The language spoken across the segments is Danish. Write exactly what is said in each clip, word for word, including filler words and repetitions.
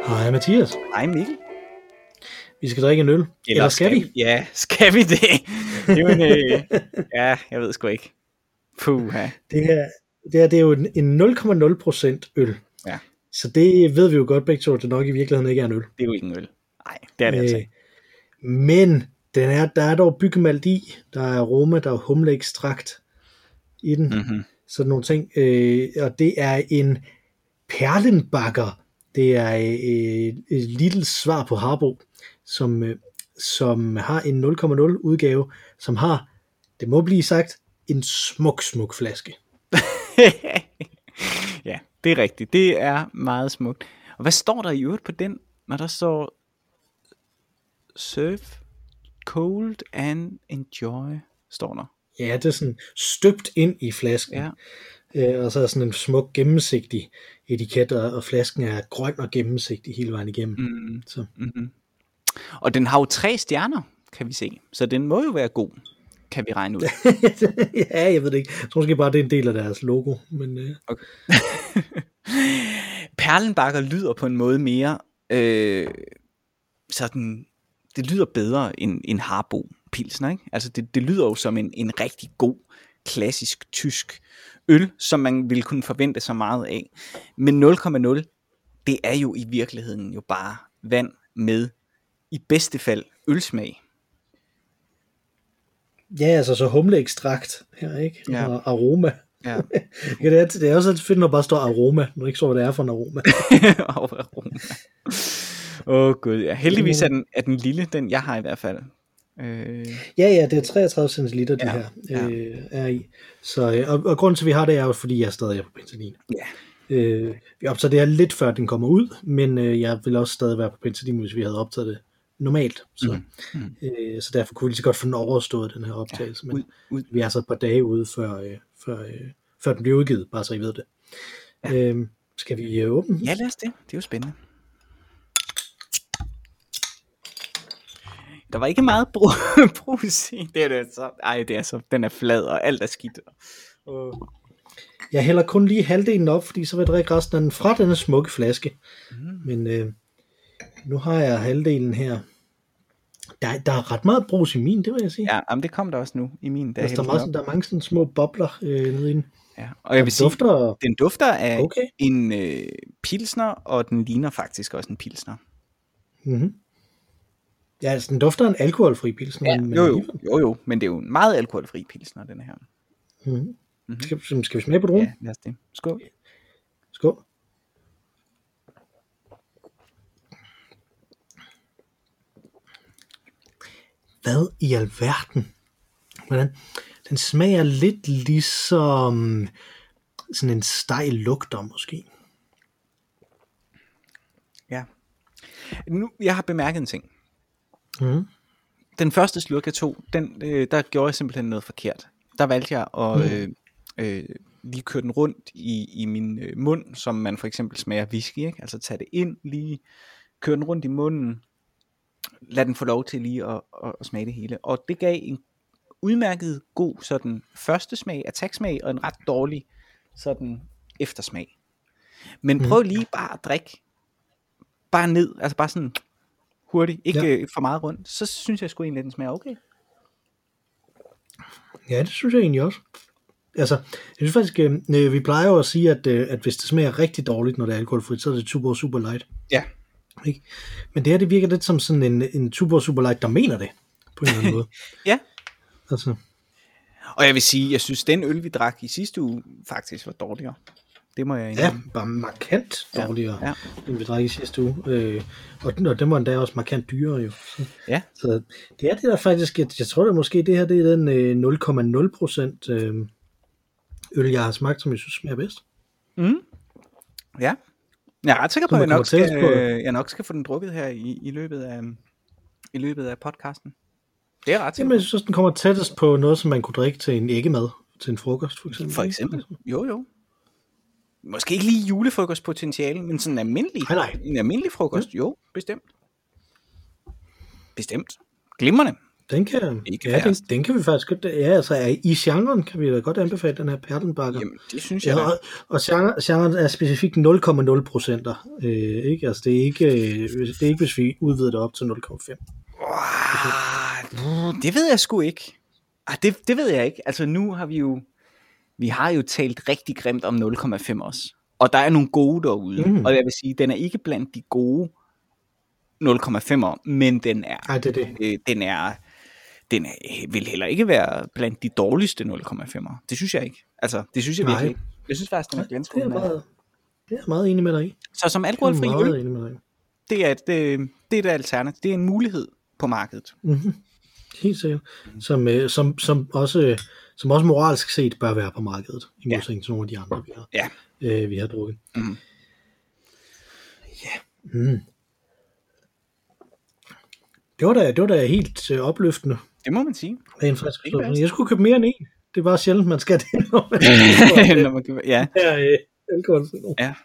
Hej Mathias. Hej Mikkel. Vi skal drikke en øl. Eller, Eller skal, skal vi? Ja, skal vi det? Jamen, øh, ja, jeg ved sgu ikke. Puha. Det her, det her det er jo en nul komma nul procent øl. Ja. Så det ved vi jo godt begge to, at det nok i virkeligheden ikke er en øl. Det er jo ikke en øl. Nej, det er det øh, altså ikke. Men den er, der er dog byggemalt i. Der er aroma, der er humleekstrakt i den. Mm-hmm. Sådan nogle ting. Øh, og det er en Perlenbacher. Det er et, et lille svar på Harbo, som, som har en nul komma nul udgave, som har, det må blive sagt, en smuk, smuk flaske. Ja, det er rigtigt. Det er meget smukt. Og hvad står der i øvrigt på den, når der står serve cold and enjoy, står der? Ja, det er sådan støbt ind i flasken. Ja. Øh, og så er sådan en smuk gennemsigtig etiket, og flasken er grøn og gennemsigtig hele vejen igennem. Mm. Så. Mm-hmm. Og den har jo tre stjerner, kan vi se. Så den må jo være god, kan vi regne ud. Ja, jeg ved det ikke. Jeg tror måske bare, det er en del af deres logo. Men, øh. Okay. Perlenbacher lyder på en måde mere øh, sådan, det lyder bedre end, end Harbo Pilsner, ikke? Altså det, det lyder jo som en, en rigtig god, klassisk tysk øl, som man ville kunne forvente så meget af. Men nul komma nul, det er jo i virkeligheden jo bare vand med i bedste fald ølsmag. Ja, altså så humleekstrakt her, ikke? Ja. Og aroma. Ja. Ja, det, er, det er også altid fedt, når der bare står aroma, når du ikke så, hvad det er for en aroma. aroma. Åh oh, gud, ja. Heldigvis er den, er den lille, den jeg har i hvert fald. Øh... Ja, ja, det er treogtredive centiliter, det ja, her ja. øh, er i. Så, og, og grunden til, at vi har det, er jo, fordi jeg stadig er på penicillin. Ja. Øh, vi optager det her lidt før den kommer ud, men øh, jeg vil også stadig være på penicillin, hvis vi havde optaget det normalt. Så, mm. Mm. Øh, så derfor kunne vi lige så godt få den overstået, den her optagelse. Ja, ud, ud. Men vi er så et par dage ude, før, øh, før, øh, før den bliver udgivet, bare så I ved det. Ja. Øh, skal vi øh, åbne? Ja, lad os det. Det er jo spændende. Der var ikke meget brus i. Det er det så. Ej, det er så. Den er flad, og alt er skidt. Uh. Jeg hælder kun lige halvdelen op, fordi så vil jeg drikke resten af den fra denne smukke flaske. Mm. Men øh, nu har jeg halvdelen her. Der, der er ret meget brus i min, det vil jeg sige. Ja, men det kom der også nu i min. Der, altså, der, er, meget, sådan, der er mange sådan små bobler øh, nede i den. Ja, og jeg vil sige, dufter... den dufter af okay. en øh, pilsner, og den ligner faktisk også en pilsner. Mhm. Ja, altså den dufter en alkoholfri pilsner. Ja, men jo, jo, jo, jo, men det er jo en meget alkoholfri pilsner, den her. Mm-hmm. Mm-hmm. Skal, skal vi smage på druen? Ja, lad os det. Skål. Skål. Hvad i alverden? Hvordan? Den smager lidt ligesom sådan en steg lugter måske. Ja. Nu, jeg har bemærket en ting. Mm. Den første slurk jeg tog, den, øh, der gjorde jeg simpelthen noget forkert. Der valgte jeg at mm. øh, øh, lige køre den rundt i, i min øh, mund, som man for eksempel smager whisky, ikke? Altså tage det ind, lige køre den rundt i munden, lad den få lov til lige at, at, at smage det hele. Og det gav en udmærket god sådan første smag, attack-smag, og en ret dårlig sådan eftersmag. Men prøv lige bare at drikke bare ned, altså bare sådan hurtigt, ikke ja. for meget rundt, så synes jeg sgu egentlig, at den smager okay. Ja, det synes jeg egentlig også. Altså, jeg synes faktisk, øh, vi plejer jo at sige, at, øh, at hvis det smager rigtig dårligt, når det er alkoholfrit, så er det Tuborg Super Light. Ja. Ikke? Men det her, det virker lidt som sådan en, en Tuborg Super Light, der mener det, på en eller anden måde. Ja. Altså. Og jeg vil sige, jeg synes, den øl, vi drak i sidste uge, faktisk var dårligere. Det må jeg egentlig. Ja, bare markant dårligere, ja, ja. end vi drak i sidste uge. Øh, og, og den var endda også markant dyrere jo. Så, ja. Så det er det der faktisk, jeg, jeg tror da måske, det her det er den øh, nul komma nul procent øh, øl, jeg har smagt, som jeg synes smager bedst. Mm. Ja. Jeg er ret sikker på, at jeg nok, skal, på... jeg nok skal få den drukket her i, i, løbet, af, i løbet af podcasten. Det er ret sikker. Jamen, jeg synes, den kommer tættest på noget, som man kunne drikke til en æggemad, til en frokost for eksempel. For eksempel, jo jo. Måske ikke lige julefrokostpotentiale, men sådan en almindelig, nej, nej. en almindelig frokost, ja. Jo, bestemt. Bestemt. Glimrende. Den kan, ikke ja, den, den kan vi faktisk godt, ja, altså i genren kan vi da godt anbefale den her Perlenbakker. Jamen, det synes jeg ja, og, og genre, genren er specifikt nul komma nul procenter, øh, ikke? Altså det er ikke, det er ikke, hvis vi udvider det op til nul komma fem. Wow, det ved jeg sgu ikke. Ah, det, det ved jeg ikke. Altså nu har vi jo, vi har jo talt rigtig grimt om nul komma fem også. Og der er nogle gode derude. Mm. Og jeg vil sige, den er ikke blandt de gode nul komma fem'er, men den er, Ej, det er det. Øh, den er, den er, vil heller ikke være blandt de dårligste nul komma fem'er. Det synes jeg ikke. Altså, det synes jeg virkelig ikke. Jeg synes faktisk, den er ganske det er meget, det er meget enig med dig i. Så som alkoholfri øl, det er et, det, det er et alternativ. Det er en mulighed på markedet. Mm-hmm. Helt sikkert. Som, øh, som, som, også, som også moralsk set bør være på markedet, i modsætning ja. til nogle af de andre, vi har, ja. øh, vi har drukket. Mm. Ja. Mm. Det var da, det var da helt øh, opløftende. Det må man sige. Jeg skulle købe mere end en. Det er bare sjældent, man skal det, når man, når man køber, ja. Ja, øh, alkohol. Ja.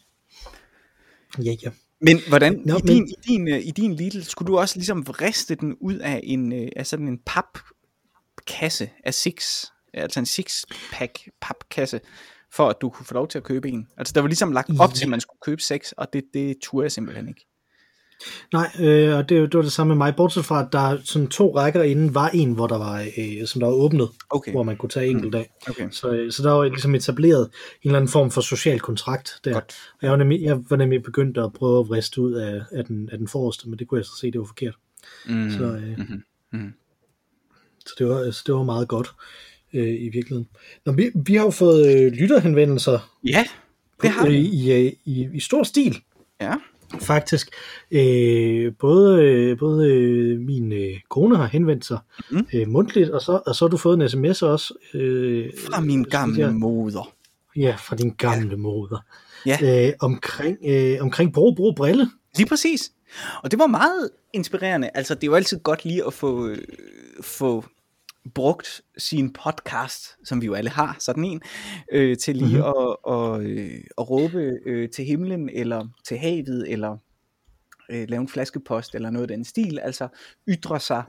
Ja, ja. Men hvordan, Nå, i, men... din, i, din, i din Lidl, skulle du også ligesom riste den ud af, en, af sådan en papkasse af six, altså en six-pack papkasse, for at du kunne få lov til at købe en? Altså der var ligesom lagt op til, at man skulle købe seks, og det, det turde jeg simpelthen ikke. Nej, øh, og det, det var det samme med mig, bortset fra, at der sådan to rækker inden var en, hvor der var, øh, som der var åbnet, okay. hvor man kunne tage enkelt af. Okay. Så, så der var ligesom etableret en eller anden form for social kontrakt der. Godt. Og jeg var, nemlig, jeg var nemlig begyndt at prøve at vriste ud af, af, den, af den forreste, men det kunne jeg så se, det var forkert. Mm. Så, øh, mm-hmm. Mm. så, det var, så det var meget godt øh, i virkeligheden. Nå, vi, vi har jo fået øh, lytterhenvendelser. Ja, det har vi. Øh, i, i, i stor stil. Ja. Faktisk. Øh, både øh, både øh, min øh, kone har henvendt sig mm. øh, mundtligt, og så, og så har du fået en sms også. Øh, fra min gamle jeg, moder. Ja, fra din gamle ja. moder. Ja. Øh, omkring, øh, omkring Bro Bro Brille. Lige præcis. Og det var meget inspirerende. Altså, det er jo altid godt lige at få, øh, få brugt sin podcast, som vi jo alle har, sådan en, øh, til lige mm-hmm. at, og, øh, at råbe øh, til himlen, eller til havet, eller øh, lave en flaskepost, eller noget af den stil, altså ytre sig.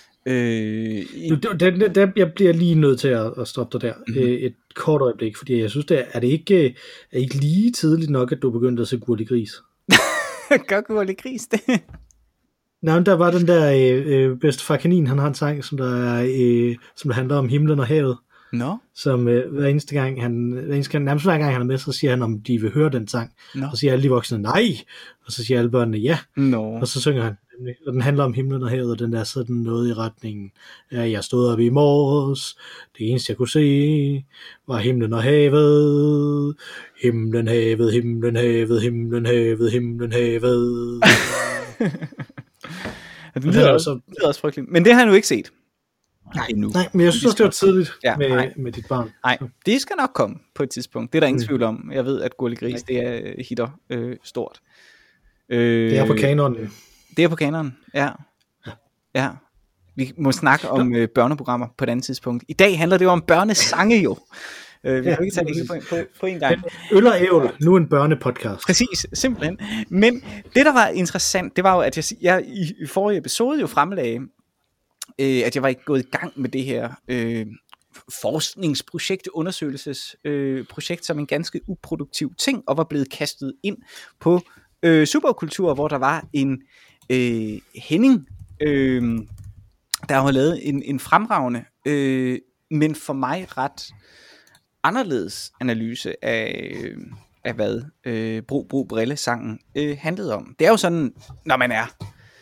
Øh, i... du, der, der, der, jeg bliver lige nødt til at, at stoppe dig der mm-hmm. et kort øjeblik, fordi jeg synes, det er, er det ikke, er ikke lige tidligt nok, at du begyndte at se Gurli Gris? Gør Gurli Gris det? Nej, der var den der øh, Bedstefar Kanin, han har en sang, som der, er, øh, som der handler om himlen og havet. No. Som øh, hver eneste gang, han, hver eneste gang, nærmest hver gang han er med, så siger han, om de vil høre den sang. No. Og så siger alle de voksne, nej. Og så siger alle børnene, ja. No. Og så synger han. Og den handler om himlen og havet, og den der sådan noget i retningen, ja, jeg stod op i morges, det eneste jeg kunne se, var himlen og havet. Himlen, havet, himlen, havet, himlen, havet, himlen, havet. Det lyder, også, det lyder også frygteligt. Men det har jeg nu ikke set. Nej, nej, men jeg synes også, det var tidligt ja, med, med dit barn. Nej, det skal nok komme på et tidspunkt. Det er der ingen mm. tvivl om. Jeg ved, at Gurli Gris, det er hitter øh, stort. Øh, det er på kanonen. Det er på kanonen, ja. ja. Ja. Vi må snakke om øh, børneprogrammer på et andet tidspunkt. I dag handler det jo om børnesange jo. Øh, vi ja, kan ikke tage det hele på, på, på en gang. Øl og ævl, nu en børnepodcast. Præcis, simpelthen. Men det, der var interessant, det var jo, at jeg, jeg i, i forrige episode jo fremlagde, øh, at jeg var ikke gået i gang med det her øh, forskningsprojekt, undersøgelsesprojekt, øh, som en ganske uproduktiv ting, og var blevet kastet ind på øh, superkultur, hvor der var en øh, Henning, øh, der har lavet en, en fremragende, øh, men for mig ret anderledes analyse af, af hvad øh, Bro Bro Brille sangen øh, handlede om. Det er jo sådan, når man er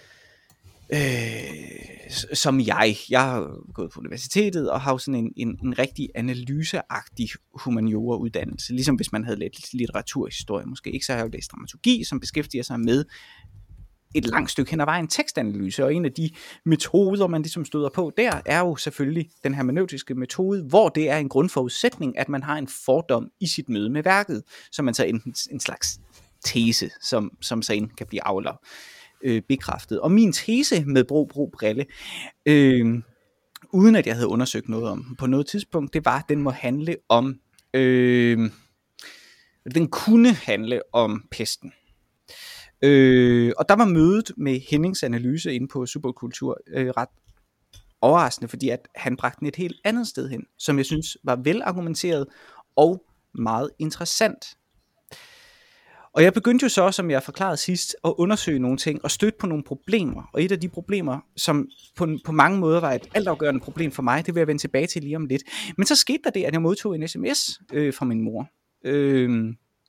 øh, som jeg, jeg har gået på universitetet og har jo sådan en, en, en rigtig analyseagtig humaniora uddannelse, ligesom hvis man havde læst litteraturhistorie måske, ikke, så har jeg jo læst dramaturgi, som beskæftiger sig med et langt stykke hen ad vejen tekstanalyse, og en af de metoder, man ligesom støder på der, er jo selvfølgelig den hermeneutiske metode, hvor det er en grundforudsætning, at man har en fordom i sit møde med værket, så man så enten en slags tese, som, som så kan blive afler øh, bekræftet. Og min tese med Bro Bro Brille, øh, uden at jeg havde undersøgt noget om på noget tidspunkt, det var, at den må handle om, øh, den kunne handle om pesten. Øh, og der var mødet med Hennings analyse inde på Superkultur øh, ret overraskende, fordi at han bragte den et helt andet sted hen, som jeg synes var velargumenteret og meget interessant. Og jeg begyndte jo så, som jeg forklarede sidst, at undersøge nogle ting og støtte på nogle problemer. Og et af de problemer, som på, på mange måder var et altafgørende problem for mig, det vil jeg vende tilbage til lige om lidt. Men så skete der det, at jeg modtog en sms øh, fra min mor. Øh,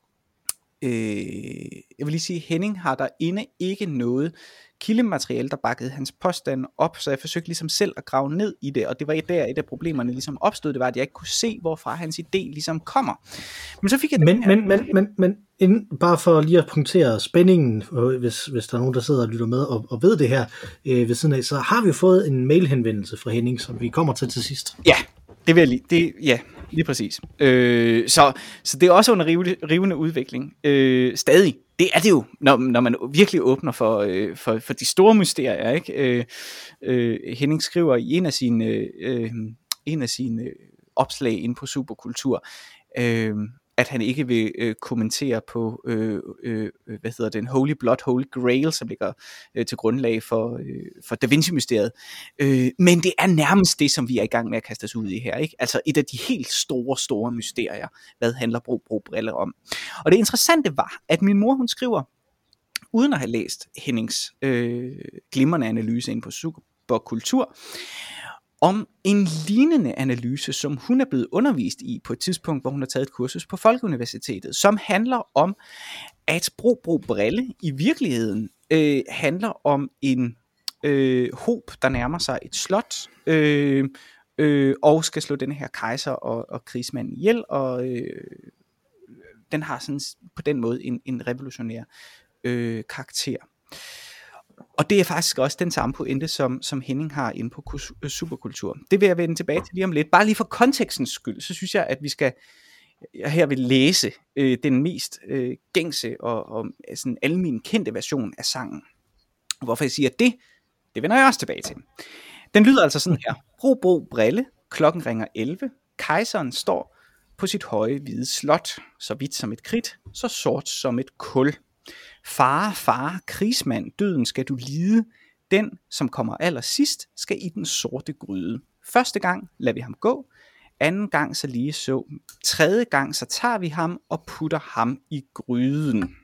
øh, jeg vil lige sige, Henning har derinde ikke noget kildemateriale, der bakkede hans påstand op, så jeg forsøgte ligesom selv at grave ned i det, og det var der et af problemerne ligesom opstod, det var, at jeg ikke kunne se, hvorfra hans idé ligesom kommer. Men så fik jeg men, men, men, men, men inden, bare for lige at punktere spændingen, hvis, hvis der er nogen, der sidder og lytter med og, og ved det her øh, ved siden af, så har vi jo fået en mailhenvendelse fra Henning, som vi kommer til til sidst. Ja, det vil jeg lige, det, ja, lige præcis. Øh, så, så det er også under rivende, rivende udvikling. Øh, stadig. Det er det jo, når, når man virkelig åbner for, øh, for, for de store mysterier, ikke? Øh, øh, Henning skriver i en af sine, øh, en af sine opslag inde på Superkultur, øh, at han ikke vil øh, kommentere på, øh, øh, hvad hedder den, Holy Blood, Holy Grail, som ligger øh, til grundlag for, øh, for Da Vinci-mysteriet. Øh, men det er nærmest det, som vi er i gang med at kaste os ud i her, ikke? Altså et af de helt store, store mysterier. Hvad handler Bro, Bro, Brille om? Og det interessante var, at min mor, hun skriver, uden at have læst Hennings øh, glimrende analyse inde på Superkultur, om en lignende analyse, som hun er blevet undervist i på et tidspunkt, hvor hun har taget et kursus på Folkeuniversitetet, som handler om, at Bro, Bro, Brille i virkeligheden øh, handler om en øh, hob, der nærmer sig et slot, øh, øh, og skal slå denne her kejser og, og krigsmand ihjel, og øh, den har sådan på den måde en, en revolutionær øh, karakter. Og det er faktisk også den samme pointe, som, som Henning har inde på Superkultur. Det vil jeg vende tilbage til lige om lidt. Bare lige for kontekstens skyld, så synes jeg, at vi skal, jeg her vil læse øh, den mest øh, gængse og, og sådan almen kendte version af sangen. Hvorfor jeg siger det, det vender jeg også tilbage til. Den lyder altså sådan her. Bro, bro, brille, klokken ringer elleve, kejseren står på sit høje hvide slot, så hvidt som et kridt, så sort som et kul. Fare, fare, krigsmand, døden skal du lide. Den, som kommer allersidst, skal i den sorte gryde. Første gang lader vi ham gå. Anden gang så lige så. Tredje gang så tager vi ham og putter ham i gryden.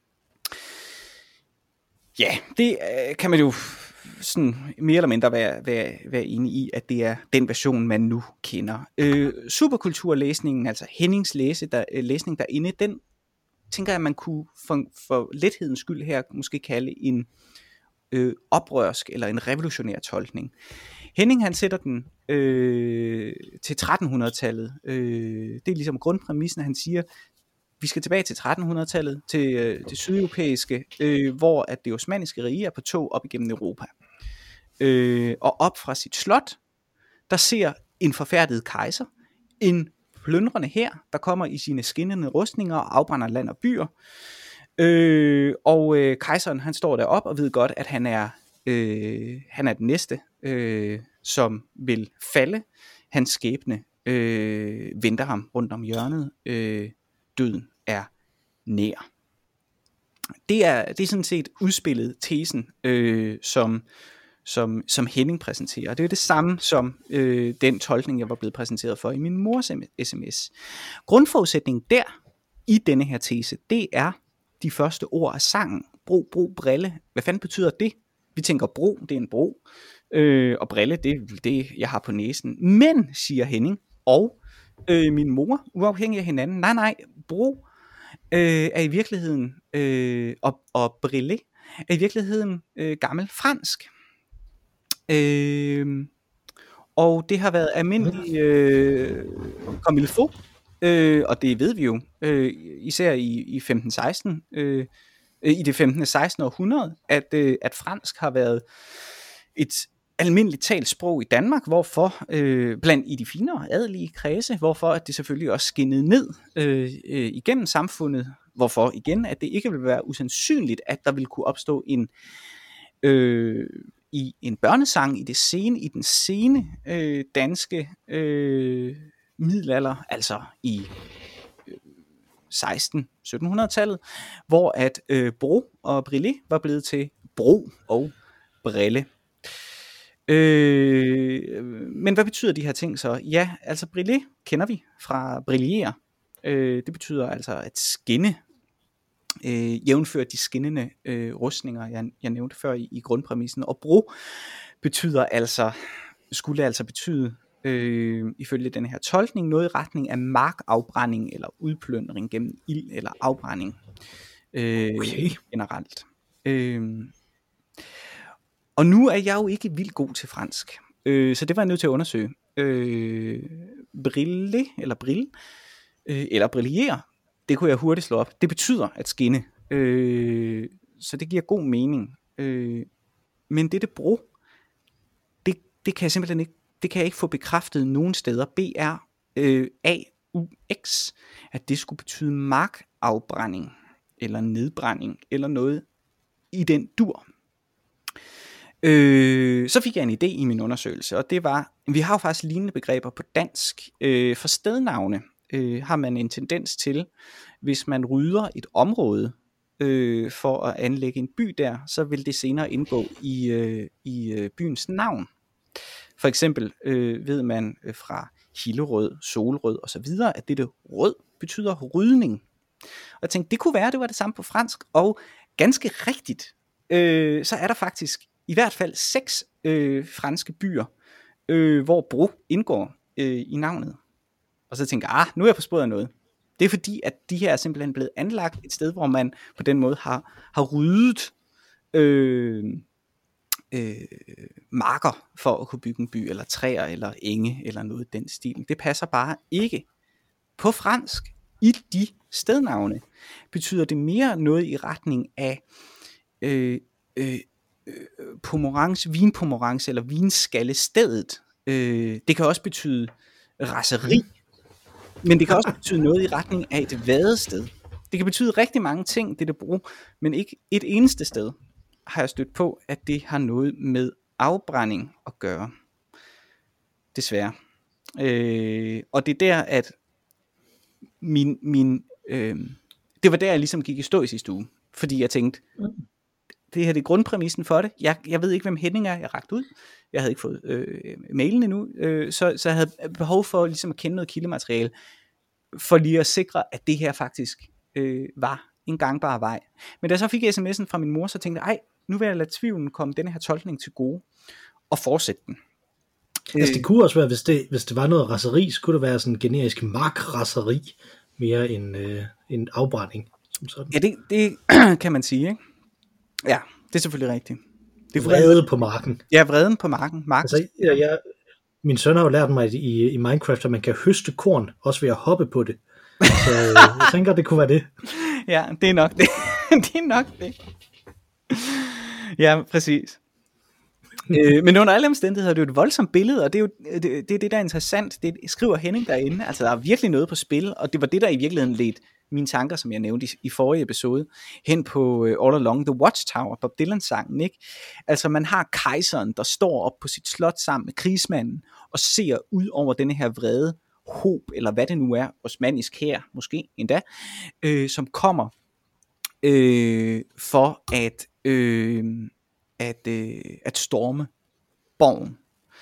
Ja, det øh, kan man jo sådan mere eller mindre være, være, være enig i, at det er den version, man nu kender. Øh, Superkulturlæsningen, altså Hennings læse, der, øh, læsning derinde, den tænker jeg, man kunne for, for lethedens skyld her måske kalde en øh, oprørsk eller en revolutionær tolkning. Henning, han sætter den øh, til trettenhundredetallet. Øh, det er ligesom grundpræmissen, han siger, vi skal tilbage til trettenhundredetallet, til øh, det sydeuropæiske, øh, hvor at det osmanniske rige er på tog op igennem Europa. Øh, og op fra sit slot, der ser en forfærdet kejser, en plyndrende her, der kommer i sine skinnende rustninger og afbrænder land og byer. Øh, og øh, kejseren, han står derop og ved godt, at han er, øh, han er den næste, øh, som vil falde. Hans skæbne øh, venter ham rundt om hjørnet. Øh, døden er nær. Det er, det er sådan set udspillet tesen, øh, som Som, som Henning præsenterer. Det er det samme som øh, den tolkning, jeg var blevet præsenteret for i min mors sms. Grundforudsætningen der, i denne her tese, det er de første ord af sangen. Bro, bro, brille. Hvad fanden betyder det? Vi tænker bro, det er en bro, øh, og brille, det er det, jeg har på næsen. Men, siger Henning, og øh, min mor, uafhængig af hinanden, nej, nej, bro øh, er i virkeligheden, øh, og, og brille er i virkeligheden øh, gammel fransk. Øh, og det har været almindelig øh, comme il faut, øh, og det ved vi jo, øh, især i, i femten seksten, øh, i det femtende sekstende århundrede, at, øh, at fransk har været et almindeligt talt sprog i Danmark, hvorfor øh, blandt i de finere adelige kredse, hvorfor at det selvfølgelig også skinnede ned øh, øh, igennem samfundet, hvorfor igen, at det ikke vil være usandsynligt, at der vil kunne opstå en øh, i en børnesang i det sene, i den sene øh, danske øh, middelalder, altså i øh, seksten sytten hundrede-tallet, hvor at øh, bro og brille var blevet til bro og brille. Øh, men hvad betyder de her ting så? Ja, altså briller kender vi fra brillere. Øh, det betyder altså at skinne, øh, jævnfør de skinnende øh, rustninger, jeg, jeg nævnte før i, i grundpræmissen. Og bro betyder altså, skulle altså betyde, øh, ifølge den her tolkning, noget i retning af markafbrænding eller udplyndring gennem ild eller afbrænding øh, Okay. generelt. Øh, og nu er jeg jo ikke vildt god til fransk, øh, så det var jeg nødt til at undersøge. Øh, brille eller brille øh, eller brillere, det kunne jeg hurtigt slå op. Det betyder at skinne, øh, så det giver god mening. Øh, men dette bro, det, det kan jeg simpelthen ikke, det kan jeg ikke få bekræftet nogen steder. B R A U X, at det skulle betyde markafbrænding eller nedbrænding eller noget i den dur. Øh, så fik jeg en idé i min undersøgelse, og det var, vi har jo faktisk lignende begreber på dansk. Øh, for stednavne øh, har man en tendens til, hvis man rydder et område øh, for at anlægge en by der, så vil det senere indgå i, øh, i øh, byens navn. For eksempel øh, ved man øh, fra Hillerød, Solrød og så videre, at dette rød betyder rydning. Og jeg tænkte, det kunne være, at det var det samme på fransk, og ganske rigtigt, øh, så er der faktisk i hvert fald seks øh, franske byer, øh, hvor bro indgår øh, i navnet. Og så tænker jeg, ah, nu er jeg på sporet af noget. Det er fordi, at de her er simpelthen blevet anlagt et sted, hvor man på den måde har, har ryddet øh, øh, marker for at kunne bygge en by, eller træer, eller enge, eller noget i den stil. Det passer bare ikke. På fransk, i de stednavne, betyder det mere noget i retning af øh, øh, Pomerance, vinpomerance eller vinskallestedet. Øh, det kan også betyde raseri, men det kan også betyde noget i retning af et vadested. Det kan betyde rigtig mange ting, det der bro, men ikke et eneste sted har jeg stødt på, at det har noget med afbrænding at gøre. Desværre. Øh, og det er der, at min, min øh, det var der, jeg ligesom gik i stå i sidste uge, fordi jeg tænkte, det her det er grundpræmissen for det. Jeg, jeg ved ikke, hvem Henning er. Jeg rakte ud. Jeg havde ikke fået øh, mailen endnu. Øh, så, så jeg havde behov for ligesom at kende noget kildemateriale, for lige at sikre, at det her faktisk øh, var en gangbar vej. Men da så fik jeg sms'en fra min mor, så tænkte jeg, ej, nu vil jeg lade tvivlen komme denne her tolkning til gode, og fortsætte den. Altså det kunne også være, hvis det, hvis det var noget raseri, så kunne det være sådan en generisk markraseri, mere end øh, en afbrænding. Som sådan. Ja, det, det kan man sige, ikke? Ja, det er selvfølgelig rigtigt. Det er vrede på marken. Ja, vreden på marken. Marken. Altså, jeg, jeg, min søn har jo lært mig i, i Minecraft, at man kan høste korn, også ved at hoppe på det. Så jeg tænker, det kunne være det. Ja, det er nok det. Det er nok det. Ja, præcis. øh, men under alle omstændigheder er det jo et voldsomt billede, og det er jo det, det, er det der er interessant. Det skriver Henning derinde. Altså, der er virkelig noget på spil, og det var det, der i virkeligheden ledte mine tanker, som jeg nævnte i, i forrige episode, hen på uh, All Along the Watchtower, Bob Dylan-sangen, ikke? Altså, man har kejseren, der står op på sit slot sammen med krigsmanden, og ser ud over denne her vrede hob, eller hvad det nu er, osmannisk hær, måske endda, øh, som kommer øh, for at, øh, at, øh, at storme borgen.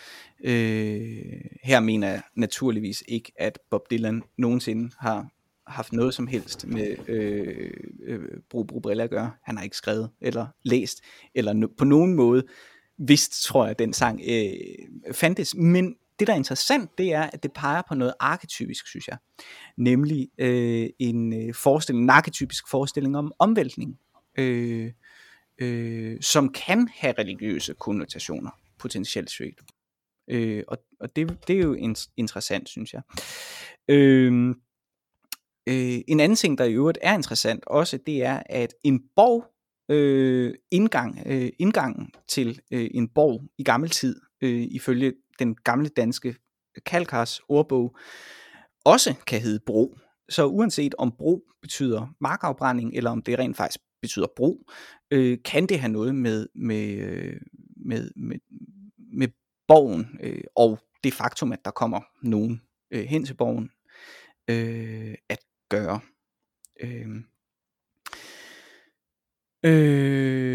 Øh, her mener jeg naturligvis ikke, at Bob Dylan nogensinde har haft noget som helst med øh, øh, Bro Bro Brille at gøre. Han har ikke skrevet eller læst, eller no- på nogen måde vidst, tror jeg, den sang øh, fandtes. Men det, der er interessant, det er, at det peger på noget arketypisk, synes jeg. Nemlig øh, en forestilling, en arketypisk forestilling om omvæltning, øh, øh, som kan have religiøse konnotationer, potentielt set. Øh, og og det, det er jo in- interessant, synes jeg. Øh, øh, en anden ting, der i øvrigt er interessant også, det er, at en borg, øh, indgang, øh, indgangen til øh, en borg i gammel tid, øh, ifølge den gamle danske Kalkars ordbog, også kan hedde bro. Så uanset om bro betyder markafbrænding, eller om det rent faktisk betyder bro, øh, kan det have noget med, med, med, med, med borgen, øh, og det faktum, at der kommer nogen øh, hen til borgen, øh, at gøre. Øh, øh,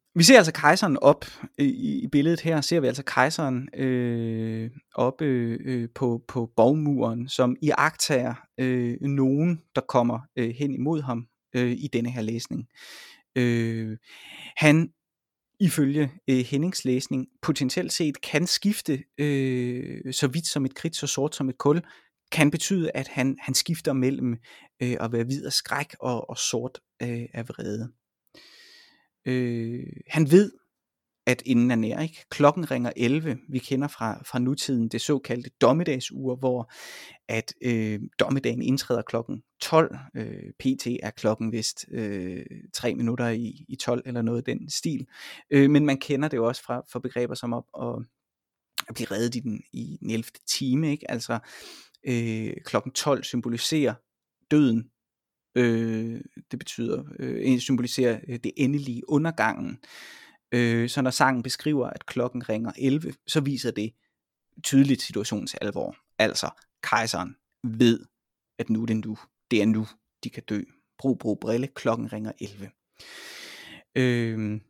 Vi ser altså kejseren op i, i billedet her, ser vi altså kejseren øh, oppe øh, på, på borgmuren, som iagttager øh, nogen, der kommer øh, hen imod ham øh, i denne her læsning. Øh, han, ifølge øh, Hennings læsning, potentielt set kan skifte øh, så vidt som et kridt, så sort som et kul, kan betyde, at han, han skifter mellem øh, at være hvid af skræk og, og sort øh, af vrede. Øh, han ved, at inden er nær, ikke? Klokken ringer elleve. Vi kender fra, fra nutiden det såkaldte dommedagsur, hvor at øh, dommedagen indtræder klokken tolv. Øh, P T er klokken vist øh, tre minutter i, i tolv eller noget af den stil. Øh, men man kender det jo også fra, fra begreber som op og at blive reddet i den, i den ellevte time, ikke? Altså øh, klokken tolv symboliserer døden. Øh, det betyder øh, symboliserer øh, det endelige, undergangen. Øh, så når sangen beskriver, at klokken ringer elleve, så viser det tydeligt situationens alvor. Altså, kejseren ved, at nu er det nu. Det er nu, de kan dø. Brug, brug, brille. Klokken ringer elleve. Øh,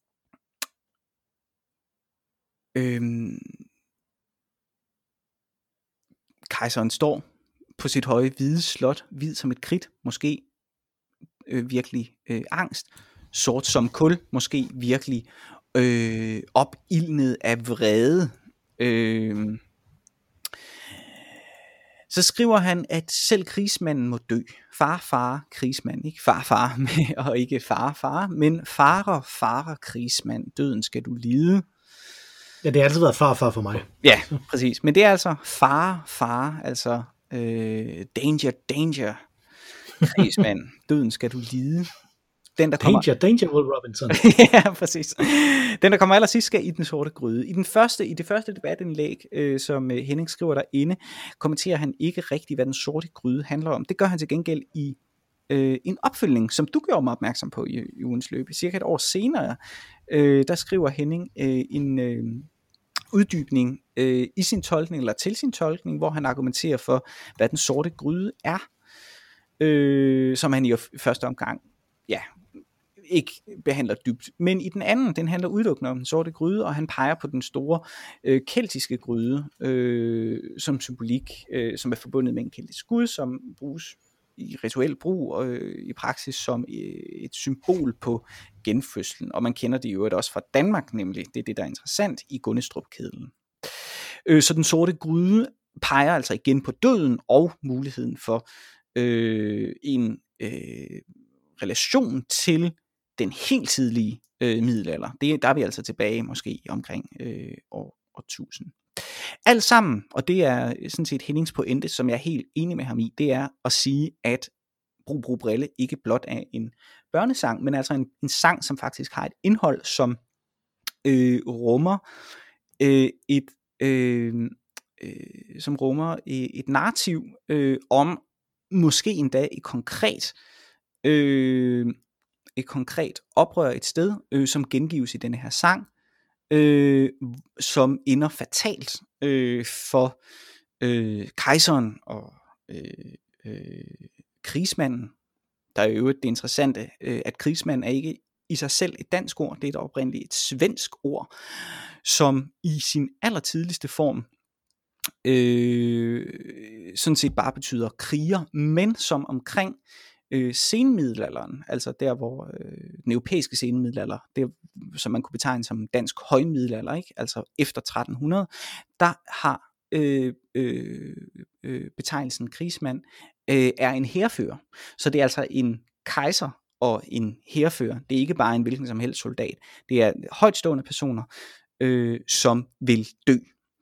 øh, kejseren står på sit høje hvide slot, hvid som et kridt, måske øh, virkelig øh, angst, sort som kul, måske virkelig øh, opildnet af vrede. Øh, så skriver han, at selv krigsmanden må dø. Far, far, krigsmand. Ikke far, far, og ikke far, far, men farer, farer, krigsmand. Døden skal du lide. Ja, det har altid været far, far for mig. Ja, præcis. Men det er altså far, far, altså øh, danger, danger, krigsmand. Døden skal du lide. Den, der kommer... Danger, danger, Will Robinson. Ja, præcis. Den, der kommer allersidst, skal i den sorte gryde. I, den første, i det første debatindlæg, øh, som Henning skriver derinde, kommenterer han ikke rigtigt, hvad den sorte gryde handler om. Det gør han til gengæld i øh, en opfølgning, som du gjorde mig opmærksom på i, i ugens løb. Cirka et år senere, øh, der skriver Henning øh, en øh, uddybning øh, i sin tolkning, eller til sin tolkning, hvor han argumenterer for, hvad den sorte gryde er, øh, som han i første omgang, ja, ikke behandler dybt. Men i den anden, den handler udelukkende om den sorte gryde, og han peger på den store øh, keltiske gryde, øh, som symbolik, øh, som er forbundet med en keltisk gud, som bruges i rituel brug og øh, i praksis som øh, et symbol på genfødslen. Og man kender det jo også fra Danmark, nemlig. Det er det, der er interessant i Gunnestrup-kedlen. Øh, så den sorte gryde peger altså igen på døden og muligheden for øh, en øh, relation til den helt tidlige øh, middelalder. Det, der er vi altså tilbage måske omkring øh, år, år tusind. Alt sammen, og det er sådan set Hennings pointe, som jeg er helt enig med ham i, det er at sige, at Brug, brug, brille ikke blot er en børnesang, men altså en, en sang, som faktisk har et indhold, som øh, rummer øh, et øh, øh, som rummer et narrativ øh, om måske endda et konkret øh, et konkret oprør et sted, øh, som gengives i denne her sang, øh, som ender fatalt øh, for øh, kejseren og øh, øh, krigsmanden. Der er jo det interessante, øh, at krigsmand er ikke i sig selv et dansk ord, det er da oprindeligt et svensk ord, som i sin allertidligste form øh, sådan set bare betyder kriger, men som omkring øh, senmiddelalderen, altså der hvor øh, den europæiske senmiddelalder, det som man kunne betegne som dansk højmiddelalder, ikke? Altså efter tretten hundrede, der har øh, øh, øh, betegnelsen krigsmand øh, er en hærfører. Så det er altså en kejser og en hærfører. Det er ikke bare en hvilken som helst soldat. Det er højtstående personer, øh, som vil dø.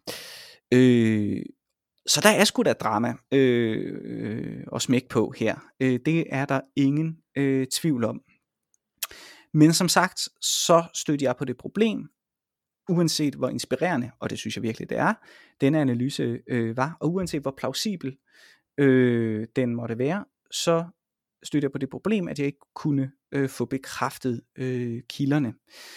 Øh, så der er sgu da drama øh, øh, og smæk på her. Øh, det er der ingen øh, tvivl om. Men som sagt, så stødte jeg på det problem, uanset hvor inspirerende, og det synes jeg virkelig det er, denne analyse øh, var, og uanset hvor plausibel øh, den måtte være, så stødte jeg på det problem, at jeg ikke kunne øh, få bekræftet øh, kilderne.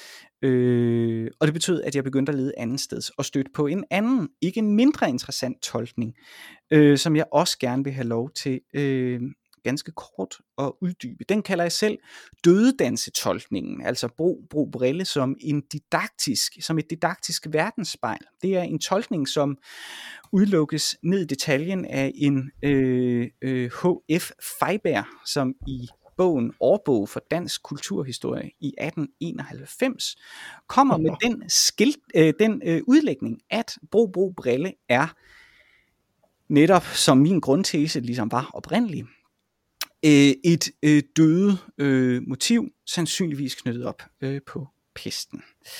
Øh, og det betød, at jeg begyndte at lede andet sted, og stødte på en anden, ikke mindre interessant tolkning, øh, som jeg også gerne vil have lov til øh, ganske kort at uddybe. Den kalder jeg selv dødedansetolkningen, altså brug, brug brille som en didaktisk, som et didaktisk verdensspejl. Det er en tolkning, som udelukkes ned i detaljen af en øh, øh, H F Feiberg, som i bogen Årbog for dansk kulturhistorie i atten enoghalvfems kommer med den, skilt, øh, den øh, udlægning, at brug, brug brille er netop, som min grundtese ligesom var oprindelig, øh, et øh, døde øh, motiv, sandsynligvis knyttet op øh, på pesten.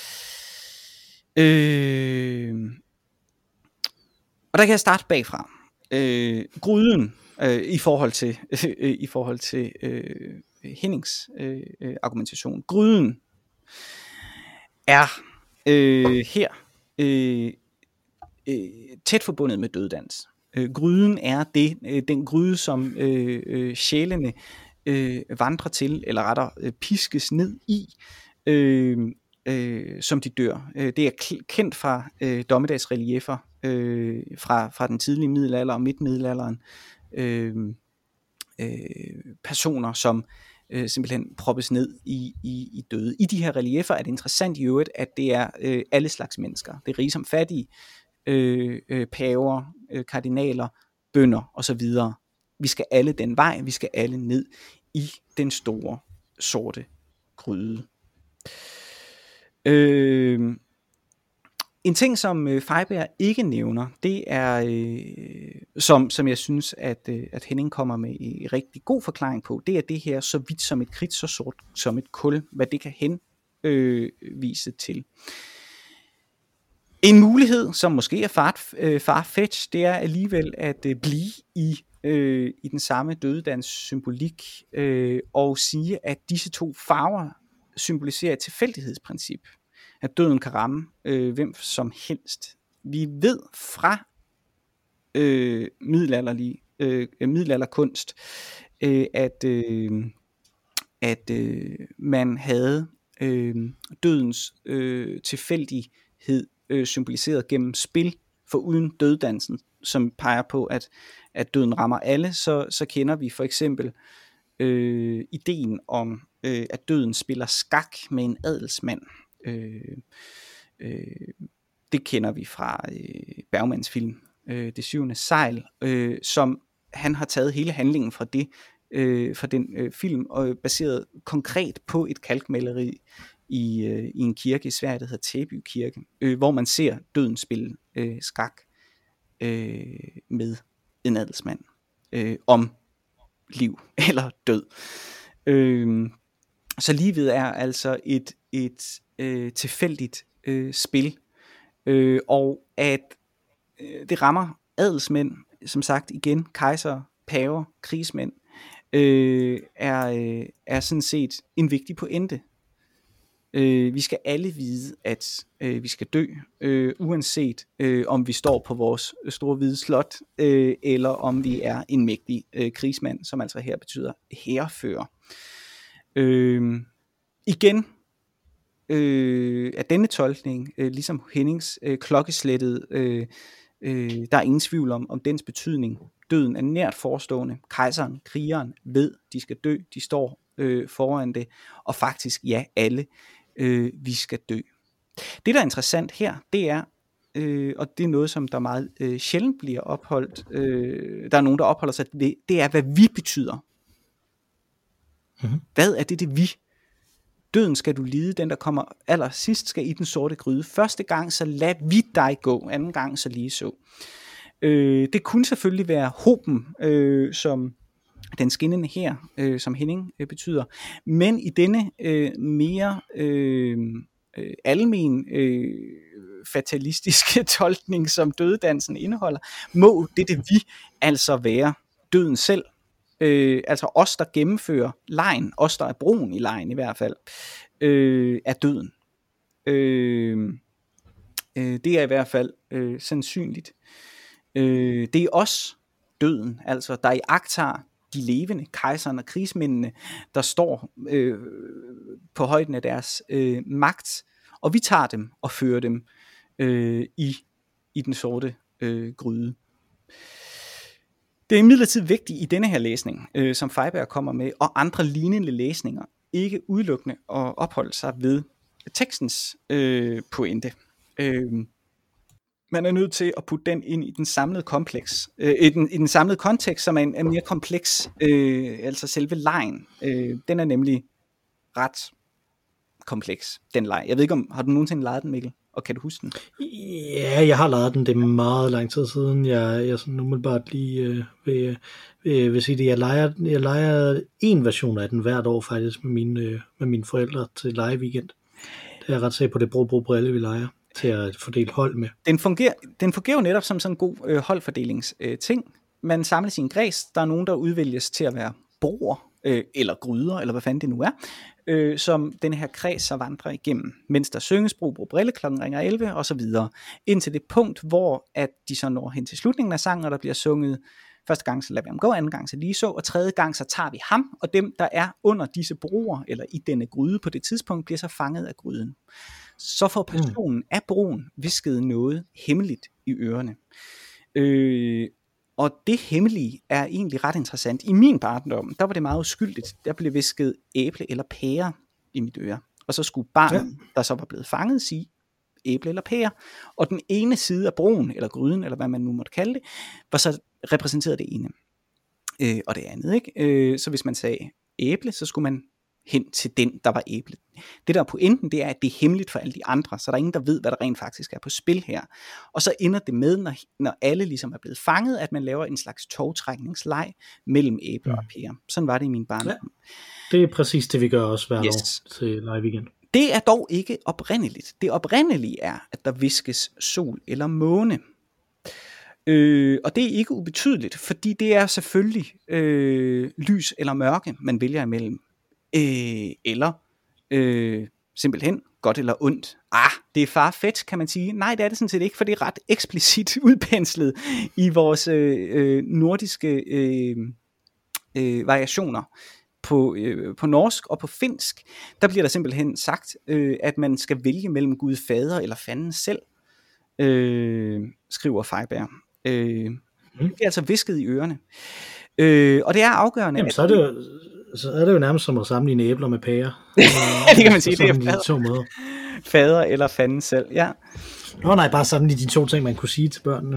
Øh, og der kan jeg starte bagfra. Øh, gryden øh, i forhold til øh, i forhold til øh, Hennings øh, argumentation. Gryden er øh, her øh, øh, tæt forbundet med døddans. Øh, gryden er det, øh, den gryde, som øh, øh, sjælene øh, vandrer til, eller rettere øh, piskes ned i, øh, øh, som de dør. Øh, det er k- kendt fra øh, dommedagsrelieffer øh, fra, fra den tidlige middelalder og midtmiddelalderen. Øh, øh, personer, som øh, simpelthen proppes ned i, i, i døde. I de her relieffer er det interessant i øvrigt, at det er øh, alle slags mennesker. Det er rige som fattige, øh, øh, paver, øh, kardinaler, bønder osv. Vi skal alle den vej, vi skal alle ned i den store sorte gryde. Øh, En ting, som øh, Feiberg ikke nævner, det er, øh, som, som jeg synes, at, øh, at Henning kommer med en rigtig god forklaring på, det er det her, så vidt som et kridt, så sort som et kul, hvad det kan henvise øh, til. En mulighed, som måske er far, øh, farfetch, det er alligevel at øh, blive i, øh, i den samme døddans symbolik, øh, og sige, at disse to farver symboliserer et tilfældighedsprincip. At døden kan ramme øh, hvem som helst. Vi ved fra øh, middelalderlig, øh, middelalderkunst, øh, at, øh, at øh, man havde øh, dødens øh, tilfældighed øh, symboliseret gennem spil, for uden døddansen, som peger på, at, at døden rammer alle, så, så kender vi for eksempel øh, ideen om, øh, at døden spiller skak med en adelsmand. Øh, øh, det kender vi fra øh, Bergmans film øh, Det syvende sejl, øh, som han har taget hele handlingen fra det øh, fra den øh, film og baseret konkret på et kalkmaleri i, øh, i en kirke i Sverige, der hedder Täby kirke, øh, hvor man ser døden spille øh, skak øh, med en adelsmand øh, om liv eller død. Øh, så livet er altså et et øh, tilfældigt øh, spil, øh, og at øh, det rammer adelsmænd, som sagt igen, kejser, paver, krigsmænd, øh, er, øh, er sådan set en vigtig pointe. Øh, vi skal alle vide, at øh, vi skal dø, øh, uanset øh, om vi står på vores store hvide slot, øh, eller om vi er en mægtig øh, krigsmand, som altså her betyder hærfører. Øh, igen Øh, af denne tolkning, øh, ligesom Hennings øh, klokkeslættet, øh, øh, der er ingen tvivl om, om dens betydning. Døden er nært forestående. Kejseren, krigeren ved, de skal dø. De står øh, foran det. Og faktisk, ja, alle, øh, vi skal dø. Det, der er interessant her, det er, øh, og det er noget, som der meget øh, sjældent bliver opholdt, øh, der er nogen, der opholder sig ved, det er, hvad vi betyder. Mm-hmm. Hvad er det, det vi? Døden skal du lide, den der kommer aller sidst skal i den sorte gryde. Første gang, så lad vi dig gå. Anden gang, så lige så. Øh, det kunne selvfølgelig være hoben, øh, som den skinnende her, øh, som Henning øh, betyder. Men i denne øh, mere øh, øh, almen øh, fatalistiske tolkning, som dødedansen indeholder, må det det vi altså være døden selv. Øh, altså os, der gennemfører legen, os, der er broen i legen i hvert fald, øh, er døden. Øh, øh, det er i hvert fald øh, sandsynligt. Øh, det er os, døden, altså der iagttager de levende, kejserne og krigsmændene, der står øh, på højden af deres øh, magt, og vi tager dem og fører dem øh, i, i den sorte øh, gryde. Det er imidlertid vigtigt i denne her læsning, øh, som Feiberg kommer med, og andre lignende læsninger, ikke udelukkende at opholde sig ved tekstens øh, pointe. Øh, man er nødt til at putte den ind i den samlede kompleks, øh, i, den, i den samlede kontekst, som er en, en mere kompleks, øh, altså selve lejen. Øh, den er nemlig ret kompleks, den leg. Jeg ved ikke om, har du nogensinde leget den, Mikkel? Og kan du huske den? Ja, jeg har leget den, det er meget lang tid siden. Jeg, jeg sådan umiddelbart lige øh, vil, vil, vil sige det. Jeg leger, jeg leger en version af den hvert år faktisk med mine, øh, med mine forældre til legeweekend. Det er jeg ret sikker på, det Bro Bro Brille, vi leger til at fordele hold med. Den fungerer, den fungerer jo netop som sådan en god øh, holdfordelingsting. Øh, ting. Man samler sin græs, der er nogen, der udvælges til at være broer, øh, eller gryder, eller hvad fanden det nu er, øh, som den her kreds så vandrer igennem, mens der synges Bro Bro Brille, klokken ringer elleve, og så videre, indtil det punkt, hvor at de så når hen til slutningen af sangen, og der bliver sunget, første gang så lader vi ham gå, anden gang så lige så, og tredje gang så tager vi ham, og dem, der er under disse broer, eller i denne gryde på det tidspunkt, bliver så fanget af gryden. Så får personen mm. af broen visket noget hemmeligt i ørerne. Øh, og det hemmelige er egentlig ret interessant. I min barndom, der var det meget uskyldigt. Der blev visket æble eller pære i mit øre. Og så skulle barnet, ja. der så var blevet fanget, sige æble eller pære. Og den ene side af broen, eller gryden, eller hvad man nu måtte kalde det, var så repræsenteret det ene. Øh, og det andet, ikke? Øh, så hvis man sagde æble, så skulle man hen til den, der var æblet. Det der er pointen, det er, at det er hemmeligt for alle de andre, så der er ingen, der ved, hvad der rent faktisk er på spil her. Og så ender det med, når, når alle ligesom er blevet fanget, at man laver en slags togtrækningsleg mellem æbler mm. og pærer. Sådan var det i min barndom. Ja, det er præcis det, vi gør også hver yes. år til live weekend. Det er dog ikke oprindeligt. Det oprindelige er, at der viskes sol eller måne. Øh, og det er ikke ubetydeligt, fordi det er selvfølgelig øh, lys eller mørke, man vælger imellem. Øh, eller øh, simpelthen godt eller ondt. Ah, det er farfetch, kan man sige. Nej, det er det sådan set ikke, for det er ret eksplicit udpenslet i vores øh, øh, nordiske øh, øh, variationer. På, øh, på norsk og på finsk, der bliver der simpelthen sagt, øh, at man skal vælge mellem Gud fader eller fanden selv, øh, skriver Feiberg. Øh, mm. Det er altså visket i ørerne. Øh, og det er afgørende. Jamen, så er det jo, så er det jo nærmest som at sammenligne æbler med pærer. Det kan man sige, det er fader, de to måder. fader eller fanden selv, ja. Nå nej, bare sammenligne de to ting, man kunne sige til børnene.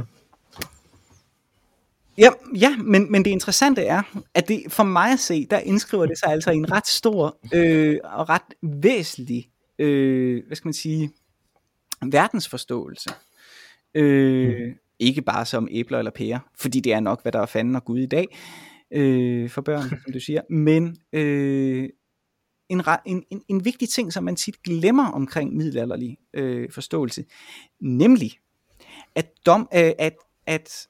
Ja, ja men, men det interessante er, at det for mig at se, der indskriver det sig altså i en ret stor øh, og ret væsentlig, øh, hvad skal man sige, verdensforståelse. Øh, mm. Ikke bare som æbler eller pærer, fordi det er nok, hvad der er fanden og Gud i dag øh, for børn, som du siger, men øh, en, en, en, en vigtig ting, som man tit glemmer omkring middelalderlig øh, forståelse, nemlig at, dom, øh, at, at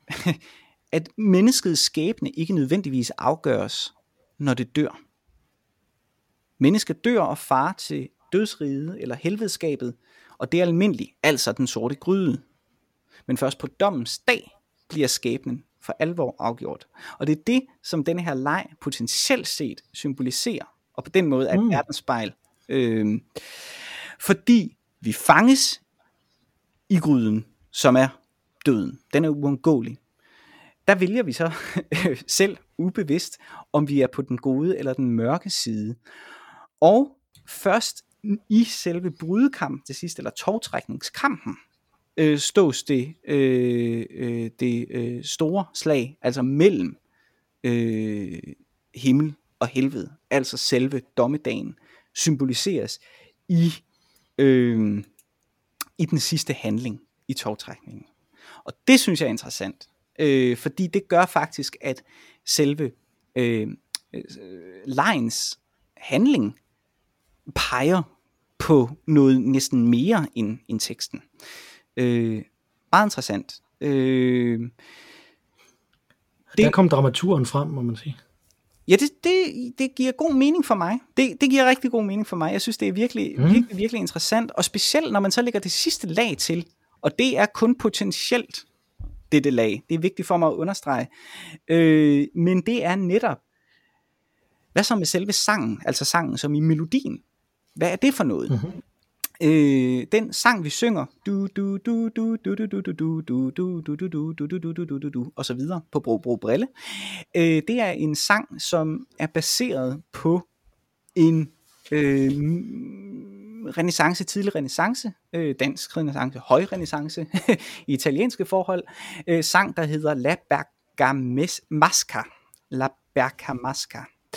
at menneskets skæbne ikke nødvendigvis afgøres, når det dør. Mennesket dør og farer til dødsriget eller helvedeskabet, og det er almindeligt, altså den sorte gryde. Men først på dommens dag bliver skæbnen for alvor afgjort. Og det er det, som denne her leg potentielt set symboliserer, og på den måde er et mm. verdensspejl. Øh, fordi vi fanges i gryden, som er døden. Den er uundgåelig. Der vælger vi så selv ubevidst, om vi er på den gode eller den mørke side. Og først i selve brydekampen til sidst, eller tovtrækningskampen, øh, stås det, øh, øh, det øh, store slag, altså mellem øh, himmel og helvede, altså selve dommedagen, symboliseres i, øh, i den sidste handling i tovtrækningen. Og det synes jeg er interessant. Øh, fordi det gør faktisk, at selve øh, øh, legens handling peger på noget næsten mere end, end teksten. Øh, meget interessant. Øh, det, Der kom dramaturen frem, må man sige. Ja, det, det, det giver god mening for mig. Det, det giver rigtig god mening for mig. Jeg synes, det er virkelig, mm. virkelig, virkelig interessant. Og specielt, når man så lægger det sidste lag til, og det er kun potentielt dette lag. Det er vigtigt for mig at understrege. Øh, men det er netop, hvad så med selve sangen, altså sangen som i melodien? Hvad er det for noget? Mm-hmm. Øh, den sang vi synger du du du du du du du du du du du du du du du du du du du og så videre på Bro Bro Brille. Øh, det er en sang, som er baseret på en øh, renaissance, tidlig renaissance, øh, dansk renaissance, høj renaissance i italienske forhold, øh, sang der hedder La Bergamasca, La Bergamasca,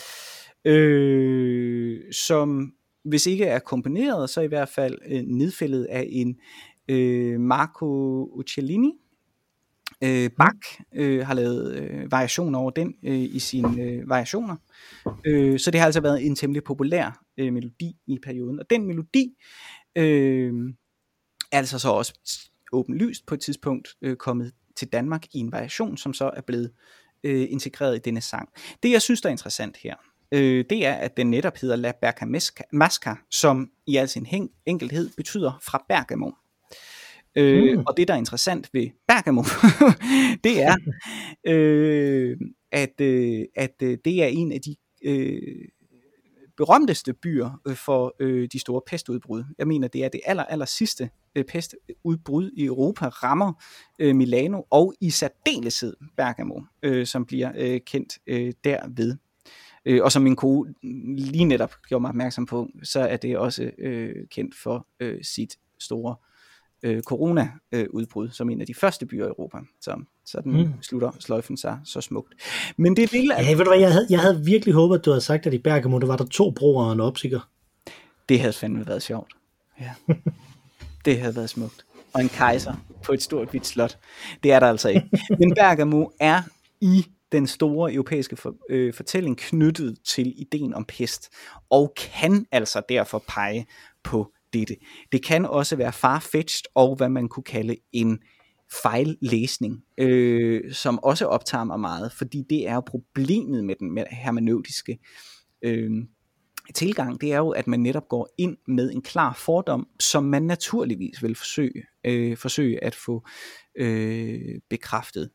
øh, som hvis ikke er komponeret, så i hvert fald øh, nedfældet af en øh, Marco Uccellini. Øh, Bach øh, har lavet øh, variationer over den øh, i sine øh, variationer. Øh, så det har altså været en temmelig populær øh, melodi i perioden. Og den melodi øh, er altså så også åbenlyst på et tidspunkt øh, kommet til Danmark i en variation, som så er blevet øh, integreret i denne sang. Det jeg synes der er interessant her, øh, det er at den netop hedder La Bergamasca, som i al sin enkelhed betyder fra Bergamo. Øh, mm. Og det der er interessant ved Bergamo, det er øh, at, øh, at øh, det er en af de øh, berømteste byer øh, for øh, de store pestudbrud. Jeg mener det er det aller, aller sidste øh, pestudbrud i Europa rammer øh, Milano og i særdeleshed Bergamo, øh, som bliver øh, kendt øh, derved. Øh, og som min kone lige netop gjorde mig opmærksom på, så er det også øh, kendt for øh, sit store øh, corona-udbrud, øh, som en af de første byer i Europa. Så, så den mm. slutter sløjfen sig så smukt. Men det er del af... Ja, ved du hvad, jeg havde, jeg havde virkelig håbet, at du havde sagt, at i Bergamo, der var der to broer og en opsikker. Det havde fandme været sjovt. Ja. Det havde været smukt. Og en kejser på et stort hvidt slot. Det er der altså ikke. Men Bergamo er i den store europæiske for, øh, fortælling knyttet til ideen om pest, og kan altså derfor pege på dette. Det kan også være farfetched og hvad man kunne kalde en fejllæsning, øh, som også optager mig meget, fordi det er jo problemet med den hermeneutiske øh, tilgang, det er jo, at man netop går ind med en klar fordom, som man naturligvis vil forsøge, øh, forsøge at få øh, bekræftet.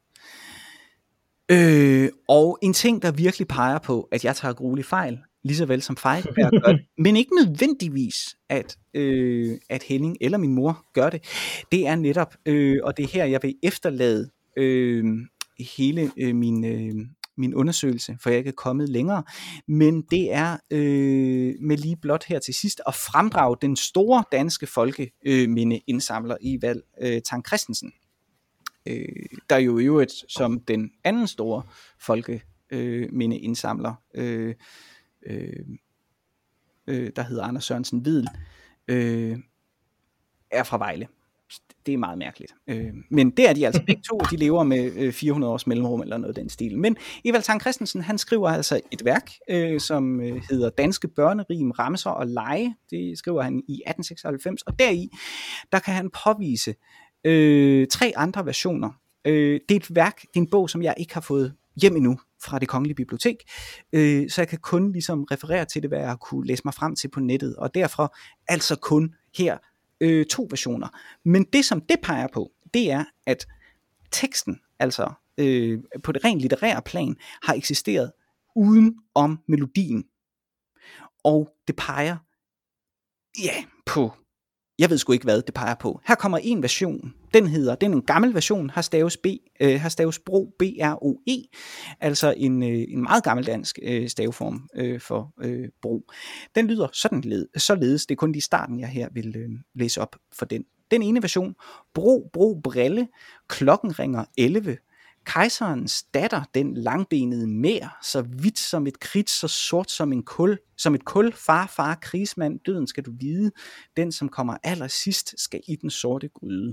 Øh, og en ting, der virkelig peger på, at jeg tager gruelig fejl, lige så vel som Feigenberg gør det, men ikke nødvendigvis, at, øh, at Henning eller min mor gør det, det er netop, øh, og det er her, jeg vil efterlade øh, hele øh, min, øh, min undersøgelse, for jeg er ikke kommet længere, men det er øh, med lige blot her til sidst, at fremdrage den store danske folkemindeindsamler øh, i valg, øh, Tang Christensen. Øh, der jo i øvrigt som den anden store folkemindeindsamler, øh, øh, øh, der hedder Anders Sørensen Hvidel, øh, er fra Vejle. Det er meget mærkeligt. Øh, men det er de altså begge to, de lever med øh, fire hundrede års mellemrum eller noget af den stil. Men Evald Tang Christensen, han skriver altså et værk, øh, som øh, hedder Danske Børnerim, Ramser og Lege. Det skriver han i atten seksoghalvfems, og deri, der kan han påvise Øh, tre andre versioner. Øh, det er et værk, det er en bog, som jeg ikke har fået hjem endnu fra Det Kongelige Bibliotek, øh, så jeg kan kun ligesom referere til det, hvad jeg kunne læse mig frem til på nettet, og derfor altså kun her øh, to versioner. Men det, som det peger på, det er, at teksten, altså øh, på det rent litterære plan, har eksisteret uden om melodien. Og det peger ja, på jeg ved sgu ikke, hvad det peger på. Her kommer en version. Den hedder, den er en gammel version, har staves, B, øh, har staves Bro, B R O E. Altså en, øh, en meget gammeldansk øh, staveform øh, for øh, Bro. Den lyder sådan led, således. Det er kun lige starten, jeg her vil øh, læse op for den. Den ene version. Bro, Bro, Brille. Klokken ringer elleve. Kejserens datter, den langbenede mær, så hvidt som et kridt, så sort som en kul, som et kul, far, far, krigsmand, døden skal du vide, den som kommer allersidst skal i den sorte gryde.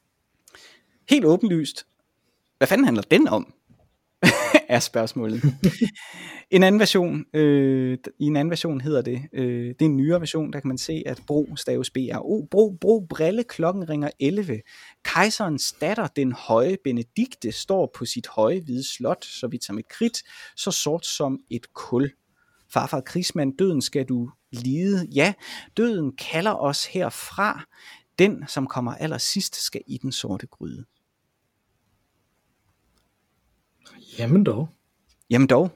Helt åbenlyst, hvad fanden handler den om? er spørgsmålet. En anden version, øh, i en anden version hedder det, øh, det er en nyere version, der kan man se, at Bro staves B R O, Bro, Bro, Brille, klokken ringer elleve. Kejserens datter, den høje Benedikte, står på sit høje hvide slot, så vidt som et kridt, så sort som et kul. Farfar krigsmand, døden skal du lide. Ja, døden kalder os herfra. Den, som kommer allersidst, skal i den sorte gryde. Jamen dog. Jamen dog.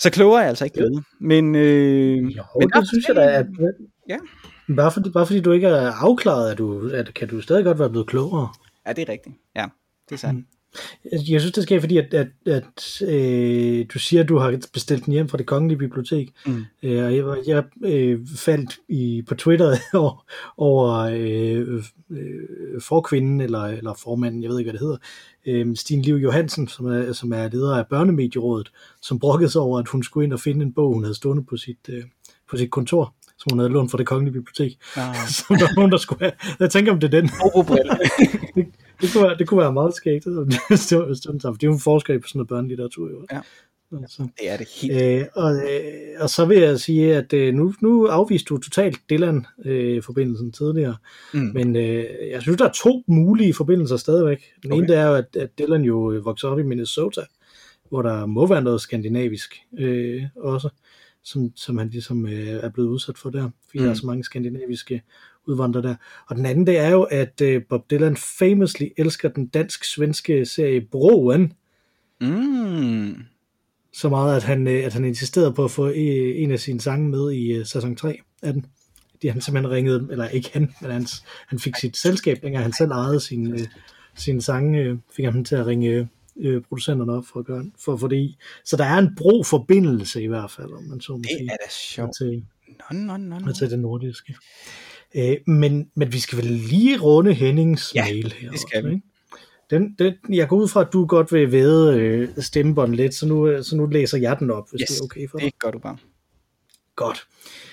Så klogere er jeg altså ikke blevet. Men, øh, jo, men det synes jeg da, at ja. bare, fordi, bare fordi du ikke er afklaret, at du, at, kan du stadig godt være blevet klogere. Ja, det er rigtigt. Ja, det er sandt. Mm. Jeg synes, det sker, fordi at, at, at øh, du siger, at du har bestilt den hjem fra Det Kongelige Bibliotek. Mm. Øh, jeg jeg øh, faldt i, på Twitter over, over øh, øh, forkvinden, eller, eller formanden, jeg ved ikke, hvad det hedder, øh, Stine Liv Johansen, som er, som er leder af Børnemedierådet, som brokkede sig over, at hun skulle ind og finde en bog, hun havde stående på sit, øh, på sit kontor, som hun havde lånt fra Det Kongelige Bibliotek. Ah. Som der var nogen, der skulle have. Jeg tænker, om det er den. det, det, kunne være, det kunne være meget skægt. Det er jo en forskel på sådan noget børnelitteratur. Jo. Ja, altså. Det er det helt. Øh, og, øh, og så vil jeg sige, at øh, nu, nu afviste du totalt Dylan-forbindelsen øh, tidligere. Mm. Men øh, jeg synes, der er to mulige forbindelser stadigvæk. Den okay. ene, det er jo, at, at Dylan jo voksede op i Minnesota, hvor der må være noget skandinavisk øh, også. Som, som han ligesom øh, er blevet udsat for der, fordi mm. der er så mange skandinaviske udvandrere der. Og den anden, det er jo, at øh, Bob Dylan famously elsker den dansk-svenske serie Broen, mm. så meget, at han, øh, at han insisterede på at få øh, en af sine sange med i øh, sæson tre af den. De han simpelthen ringede, eller ikke han, men hans, han fik sit selskab, dengang han selv ejede sine, øh, sine sange, øh, fik han til at ringe øh, Øh, producenterne op for at gøre for at få det i. Så der er en bro-forbindelse i hvert fald, om man så må sige. Det er da sjovt. Til, no, no, no, no. til det nordiske. Øh, men, men vi skal vel lige runde Hennings ja, mail her. det skal også, vi. Ikke? Den, den, jeg går ud fra, at du godt vil væde øh, stemmebånd lidt, så nu, så nu læser jeg den op, hvis yes, det er okay for dig. Det gør du bare. Godt.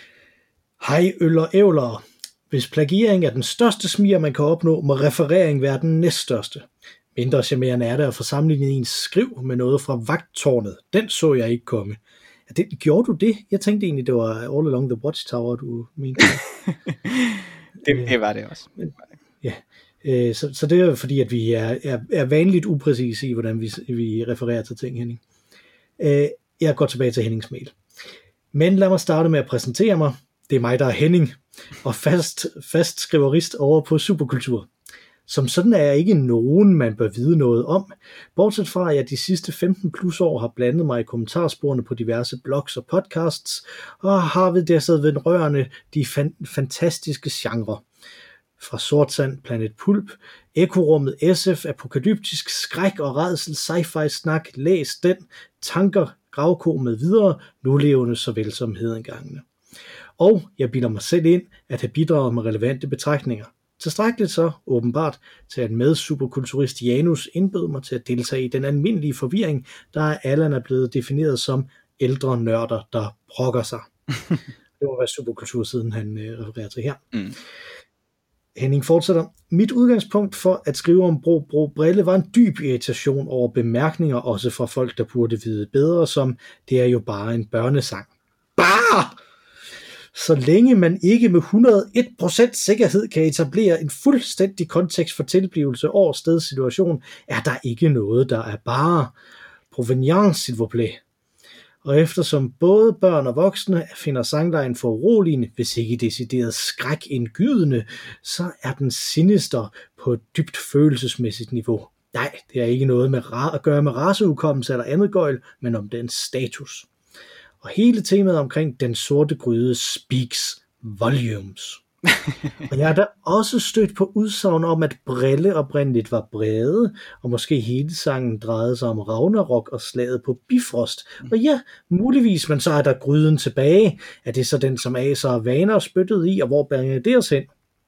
Hej øller ævler. Hvis plagiering er den største smiger, man kan opnå, må referering være den næststørste. Mindre charmerende er det at få sammenlignet ens skriv med noget fra Vagttårnet. Den så jeg ikke komme. Ja, det, gjorde du det? Jeg tænkte egentlig, det var All Along the Watchtower, du mente. det, det var det også. Men, ja, øh, så, så det er fordi, at vi er, er, er vanligt upræcise i, hvordan vi, vi refererer til ting, Henning. Øh, jeg går tilbage til Hennings mail. Men lad mig starte med at præsentere mig. Det er mig, der er Henning, og fast, fast skriverist over på Superkultur. Som sådan er jeg ikke nogen, man bør vide noget om, bortset fra, at jeg de sidste femten plus år har blandet mig i kommentarsporene på diverse blogs og podcasts, og har ved det siddet ved rørende de fan- fantastiske genrer. Fra Sortsand, Planet Pulp, Ekorummet, S F, apokalyptisk skræk og rædsel, sci-fi snak, læs den, tanker, gravko med videre, nulevende såvel som hedengangene. Og jeg bilder mig selv ind, at have bidraget med relevante betragtninger. Tilstrækkeligt så, åbenbart, til at med superkulturist Janus indbød mig til at deltage i den almindelige forvirring, der af Allan er blevet defineret som ældre nørder, der brokker sig. Det må være superkultur, siden han øh, refererer til her. Mm. Henning fortsætter. Mit udgangspunkt for at skrive om Bro Bro Brille var en dyb irritation over bemærkninger, også fra folk, der burde vide bedre, som det er jo bare en børnesang. Bare! Så længe man ikke med hundrede og en procent sikkerhed kan etablere en fuldstændig kontekst for tilblivelse over stedsituation, er der ikke noget, der er bare provenience, s'il vous plaît. Og eftersom både børn og voksne finder sanglejen for uroligende, hvis ikke decideret skrækindgydende, så er den sinister på et dybt følelsesmæssigt niveau. Nej, det er ikke noget med ra- at gøre med raceudkommelse eller andet gøjl, men om dens status. Og hele temaet omkring den sorte gryde speaks volumes. Og jeg har da også stødt på udsagn om, at Brille oprindeligt var brede, og måske hele sangen drejede sig om Ragnarok og slaget på Bifrost. Og ja, muligvis, men så er der gryden tilbage. Er det så den, som Aser og Vaner spyttede i, og hvor bringer det os hen?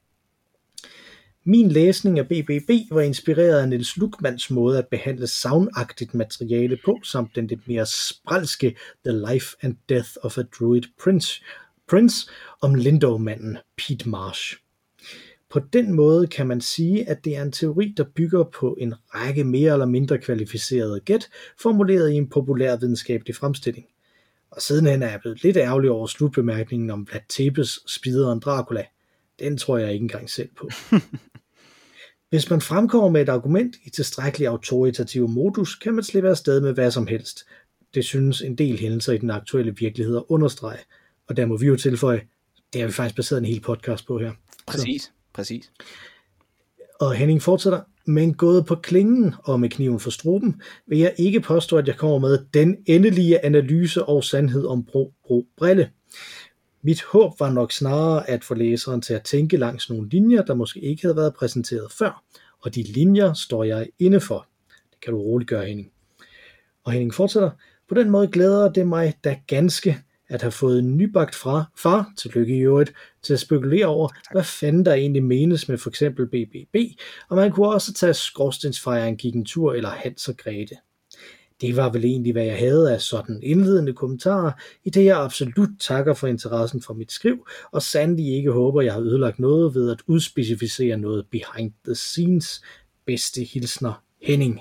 Min læsning af B B B var inspireret af Niels Luckmanns måde at behandle sagnagtigt materiale på, samt den lidt mere spralske The Life and Death of a Druid Prince, Prince om Lindormanden Pete Marsh. På den måde kan man sige, at det er en teori, der bygger på en række mere eller mindre kvalificerede gæt, formuleret i en populær videnskabelig fremstilling. Og sidenhen er jeg blevet lidt ærgerlig over slutbemærkningen om Vlad Tepes spideren Dracula. Den tror jeg ikke engang selv på. Hvis man fremkommer med et argument i tilstrækkelig autoritativ modus, kan man slippe afsted med hvad som helst. Det synes en del hændelser i den aktuelle virkelighed at understrege. Og der må vi jo tilføje, det har vi faktisk baseret en hel podcast på her. Præcis, Så. præcis. Og Henning fortsætter, men gået på klingen og med kniven for struben, vil jeg ikke påstå, at jeg kommer med den endelige analyse og sandhed om Bro Bro Brille. Mit håb var nok snarere at få læseren til at tænke langs nogle linjer, der måske ikke havde været præsenteret før, og de linjer står jeg inde for. Det kan du roligt gøre, Henning. Og Henning fortsætter, på den måde glæder det mig da ganske at have fået en nybagt fra far, tillykke i øvrigt, til at spekulere over, hvad fanden der egentlig menes med for eksempel B B B, og man kunne også tage skorstensfejren, gik en tur eller Hans og Grete. Det var vel egentlig, hvad jeg havde af sådan indledende kommentarer, i det jeg absolut takker for interessen for mit skriv, og sandelig ikke håber, jeg har ødelagt noget ved at udspecificere noget behind the scenes. Bedste hilsner, Henning.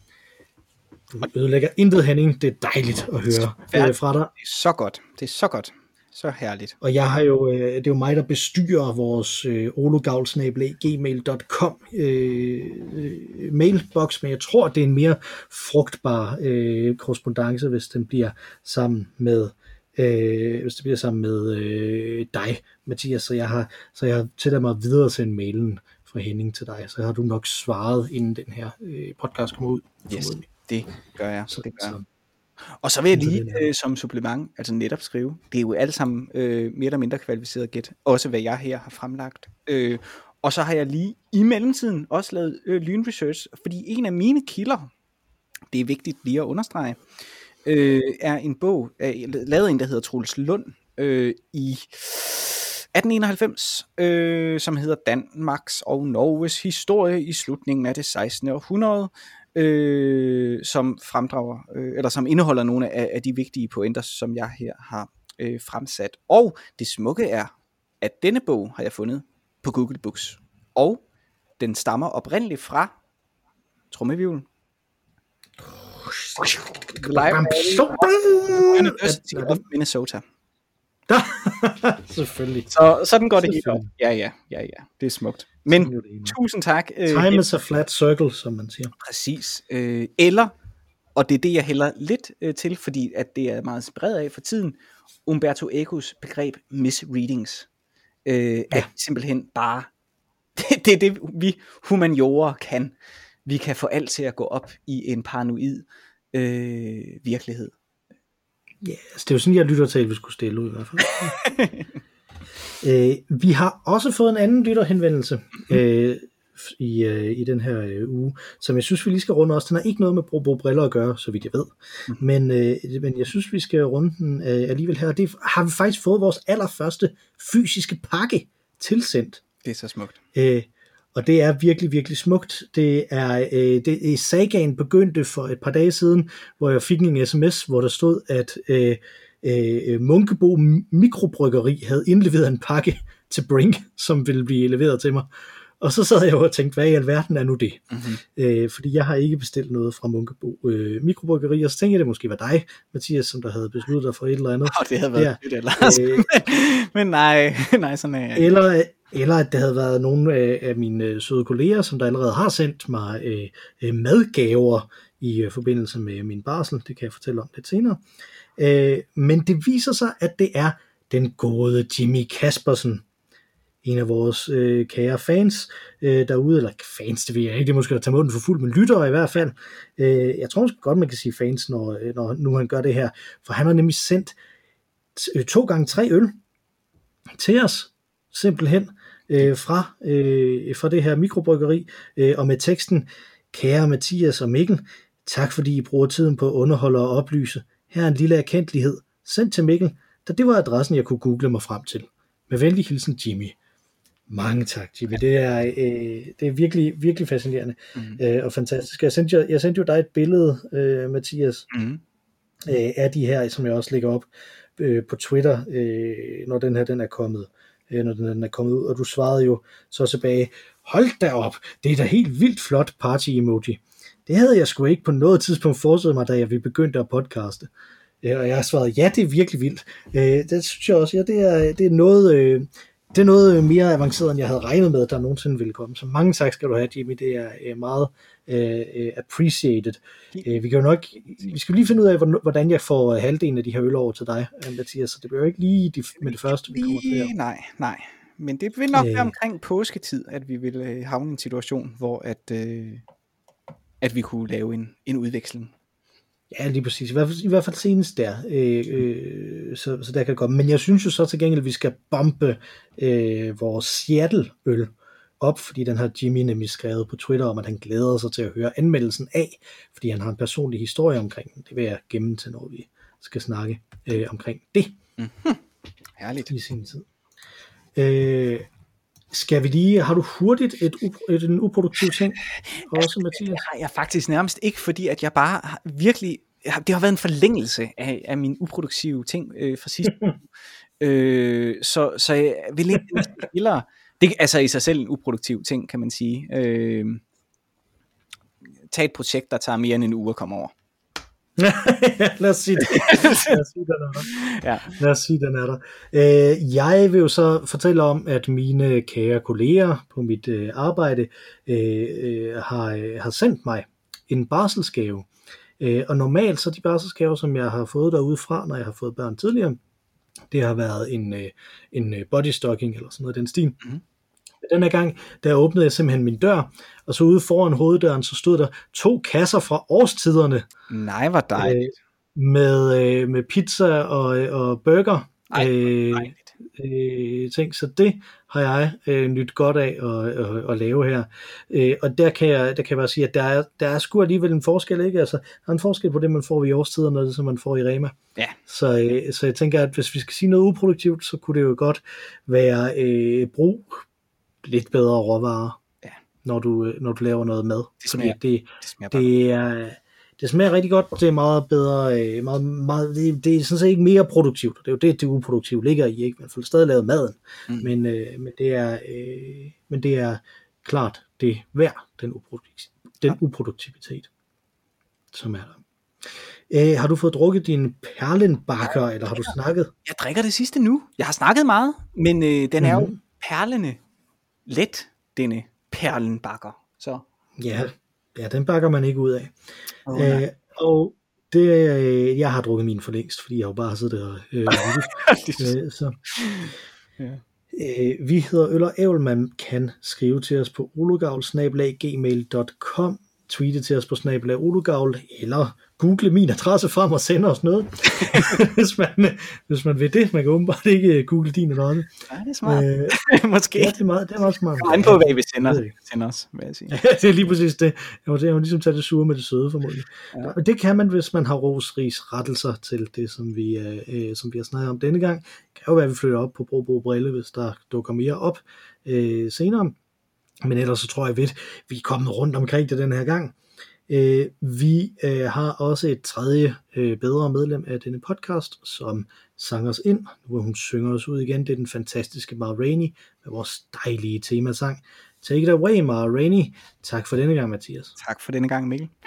Du ødelægger intet, Henning. Det er dejligt at høre øh, fra dig. Det er så godt. Det er så godt. Så herligt. Og jeg har jo, øh, det er jo mig, der bestyrer vores øh, ologavl-snabel-a gmail punktum com øh, øh, mailbox, men jeg tror, det er en mere frugtbar øh, korrespondance, hvis den bliver sammen med øh, hvis det bliver sammen med øh, dig, Mathias. Så jeg har, så jeg har tilladt mig videre til en mailen fra Henning til dig, så har du nok svaret, inden den her øh, podcast kommer ud. Yes, det gør jeg. Så, det gør jeg. Og så vil jeg lige øh, som supplement, altså netop skrive, det er jo alle sammen øh, mere eller mindre kvalificeret gæt, også hvad jeg her har fremlagt. Øh, og så har jeg lige i mellemtiden også lavet øh, lynresearch, fordi en af mine kilder, det er vigtigt lige at understrege, øh, er en bog, øh, lavet en, der hedder Troels Lund, øh, i atten enoghalvfems, øh, som hedder Danmarks og Norges historie i slutningen af det sekstende århundrede, Øh, som fremdrager, øh, eller som indeholder nogle af, af de vigtige pointer, som jeg her har øh, fremsat. Og det smukke er, at denne bog har jeg fundet på Google Books, og den stammer oprindeligt fra trommevirvel University of Minnesota. Selvfølgelig. Så sådan går det helt op. Ja, ja, ja, ja. Det er smukt. Men det tusind tak. Time is a flat circle, som man siger. Præcis. Øh, eller, og det er det, jeg hælder lidt øh, til, fordi at det er meget inspireret af for tiden, Umberto Ecos begreb misreadings. Øh, ja. At simpelthen bare, det, det er det, vi humaniorer kan. Vi kan få alt til at gå op i en paranoid øh, virkelighed. Ja, yes, det er jo sådan, jeg lytter til, at vi skulle stille ud i hvert fald. øh, vi har også fået en anden lytterhenvendelse øh, i, øh, i den her øh, uge, som jeg synes, vi lige skal runde også. Den har ikke noget med Bro Bro Briller at gøre, så vidt jeg ved. Mm. Men, øh, men jeg synes, vi skal runde den øh, alligevel her. Det har vi faktisk fået vores allerførste fysiske pakke tilsendt. Det er så smukt. Øh, Og det er virkelig, virkelig smukt. Det er, øh, det er sagaen begyndte for et par dage siden, hvor jeg fik en sms, hvor der stod, at øh, øh, Munkebo Mikrobryggeri havde indleveret en pakke til Brink, som ville blive leveret til mig. Og så sad jeg jo og tænkte, hvad i alverden er nu det? Mm-hmm. Øh, fordi jeg har ikke bestilt noget fra Munkebo øh, Mikrobryggeri, og så tænkte jeg, det måske var dig, Mathias, som der havde besluttet dig for et eller andet. Oh, det havde været det, Lars. Øh, men nej, nej, sådan er jeg. Eller, eller at det havde været nogle af, af mine øh, søde kolleger, som der allerede har sendt mig øh, øh, madgaver i øh, forbindelse med min barsel. Det kan jeg fortælle om lidt senere. Øh, men det viser sig, at det er den gode Jimmy Kaspersen, en af vores øh, kære fans øh, derude, eller fans, det ved jeg ikke, det måske at tage munden for fuld, men lyttere i hvert fald. Øh, jeg tror måske godt, man kan sige fans, når, når nu han gør det her, for han har nemlig sendt t- to gange tre øl til os, simpelthen, øh, fra, øh, fra det her mikrobryggeri, øh, og med teksten, kære Mathias og Mikkel, tak fordi I bruger tiden på at underholde og oplyse. Her er en lille erkendelighed, sendt til Mikkel, da det var adressen, jeg kunne google mig frem til. Med venlig hilsen, Jimmy. Mange tak, Jimmy. Det er, øh, det er virkelig, virkelig fascinerende mm. øh, og fantastisk. Jeg sendte, jo, jeg sendte jo dig et billede, øh, Mathias, mm. øh, af de her, som jeg også lægger op øh, på Twitter, øh, når den her den er kommet, øh, når den er kommet ud, og du svarede jo så tilbage, hold da op, det er da helt vildt flot party-emoji. Det havde jeg sgu ikke på noget tidspunkt forestillet mig, da jeg ville begynde at podcaste. Øh, og jeg har svaret, ja, det er virkelig vildt. Øh, det synes jeg også, ja, det er, det er noget... Øh, Det er noget mere avanceret, end jeg havde regnet med, at der nogensinde ville komme. Så mange tak skal du have, Jimmy. Det er meget uh, appreciated. Uh, vi kan jo nok, vi skal lige finde ud af, hvordan jeg får halvdelen af de her øl over til dig, Mathias. Så det bliver jo ikke lige de, med det første, vi kommer til her. Nej, nej. men det vil nok være omkring påsketid, at vi vil øh, havne i en situation, hvor at, øh, at vi kunne lave en, en udveksling. Ja, lige præcis. I hvert fald, i hvert fald senest der. Øh, øh, så, så der kan det komme. Men jeg synes jo så til gengæld, at vi skal bombe øh, vores Seattle-øl op, fordi den har Jimmy nemlig skrevet på Twitter om, at han glæder sig til at høre anmeldelsen af, fordi han har en personlig historie omkring den. Det vil jeg gemme til, når vi skal snakke øh, omkring det. Mm-hmm. Herligt. I sin tid. Øh, skal vi lige, har du hurtigt et, et, en uproduktiv ting også, Mathias? Det har jeg faktisk nærmest ikke, fordi at jeg bare har virkelig, det har været en forlængelse af, af min uproduktive ting øh, fra sidste øh, så, så jeg vil ikke hellere, det er altså i sig selv en uproduktiv ting, kan man sige. Øh, tag et projekt, der tager mere end en uge at komme over. Lad os sige det. Lad os sige, den er der. Ja. Lad os sige, den er der. Øh, jeg vil jo så fortælle om, at mine kære kolleger på mit øh, arbejde øh, har, har sendt mig en barselsgave. Øh, og normalt så de barselsgaver, som jeg har fået derude fra, når jeg har fået børn tidligere, det har været en, øh, en body stocking eller sådan noget i den stil. Mm-hmm. Den her gang, der åbnede jeg simpelthen min dør, og så ude foran hoveddøren, så stod der to kasser fra årstiderne. Nej, hvor dejligt. Øh, med, øh, med pizza og, og burger. Ej, øh, øh, ting. Så det har jeg øh, nyt godt af at, at, at lave her. Øh, og der kan, jeg, der kan jeg bare sige, at der er, der er sgu alligevel en forskel, ikke? Altså, der er en forskel på det, man får i årstiderne, og det, som man får i Rema. Ja. Så, øh, så jeg tænker, at hvis vi skal sige noget uproduktivt, så kunne det jo godt være øh, brug lidt bedre råvarer, ja. når, du, når du laver noget mad. Det smager, det, det, smager det, er, det smager rigtig godt, det er meget bedre, meget, meget, det, det er sådan set ikke mere produktivt, det er jo det, det uproduktive ligger i, ikke? Man får stadig lavet maden, mm. men, øh, men, det er, øh, men det er klart, det er værd, den, uproduktiv, den ja. uproduktivitet, som er der. Øh, har du fået drukket din perlenbakker, eller har du snakket? Jeg drikker det sidste nu. Jeg har snakket meget, men øh, den er mm-hmm. jo perlende let, denne perlenbakker. Så. Ja, ja, den bakker man ikke ud af. Oh, øh, og det, øh, jeg har drukket min for længst, fordi jeg jo bare har siddet der. Øh, øh, så. Ja. Øh, vi hedder Øl og Ævl. Man kan skrive til os på ologavl snabel-a gmail punktum com, tweete til os på snabel-a ologavl, eller google min adresse frem og sende os noget, hvis, man, hvis man vil det. Man kan åbenbart ikke google din adresse. Ja, det er smart. Øh, Måske. Ja, det er meget, det er meget smart. Kom an på, hvad vi sender, sender os, vil jeg sige. Ja, det er lige præcis det. Jeg må, jeg må ligesom tage det sure med det søde, formodentlig. Ja. Men det kan man, hvis man har rosris rettelser til det, som vi, øh, som vi har snakket om denne gang. Det kan jo være, at vi flytter op på Bro Bro Brille, hvis der dukker mere op øh, senere. Men ellers så tror jeg, at vi er kommet rundt omkring det den her gang. Øh, vi øh, har også et tredje øh, bedre medlem af denne podcast, som sang os ind, hvor hun synger os ud igen. Det er den fantastiske Ma Rainey med vores dejlige temasang. Take it away, Ma Rainey. Tak for denne gang, Mathias. Tak for denne gang, Mikkel.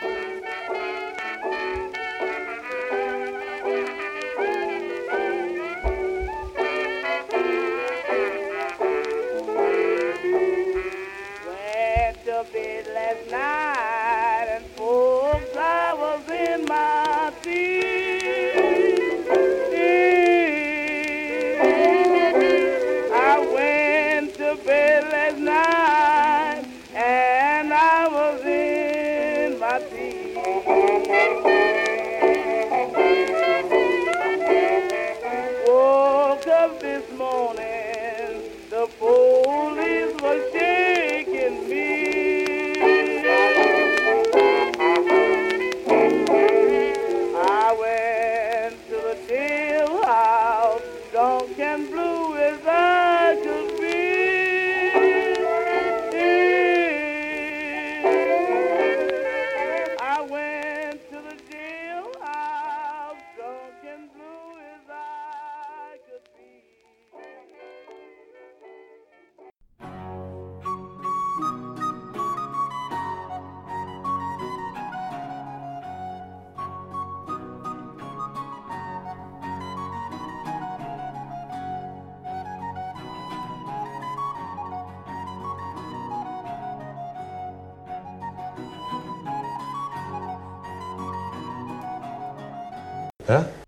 Ja.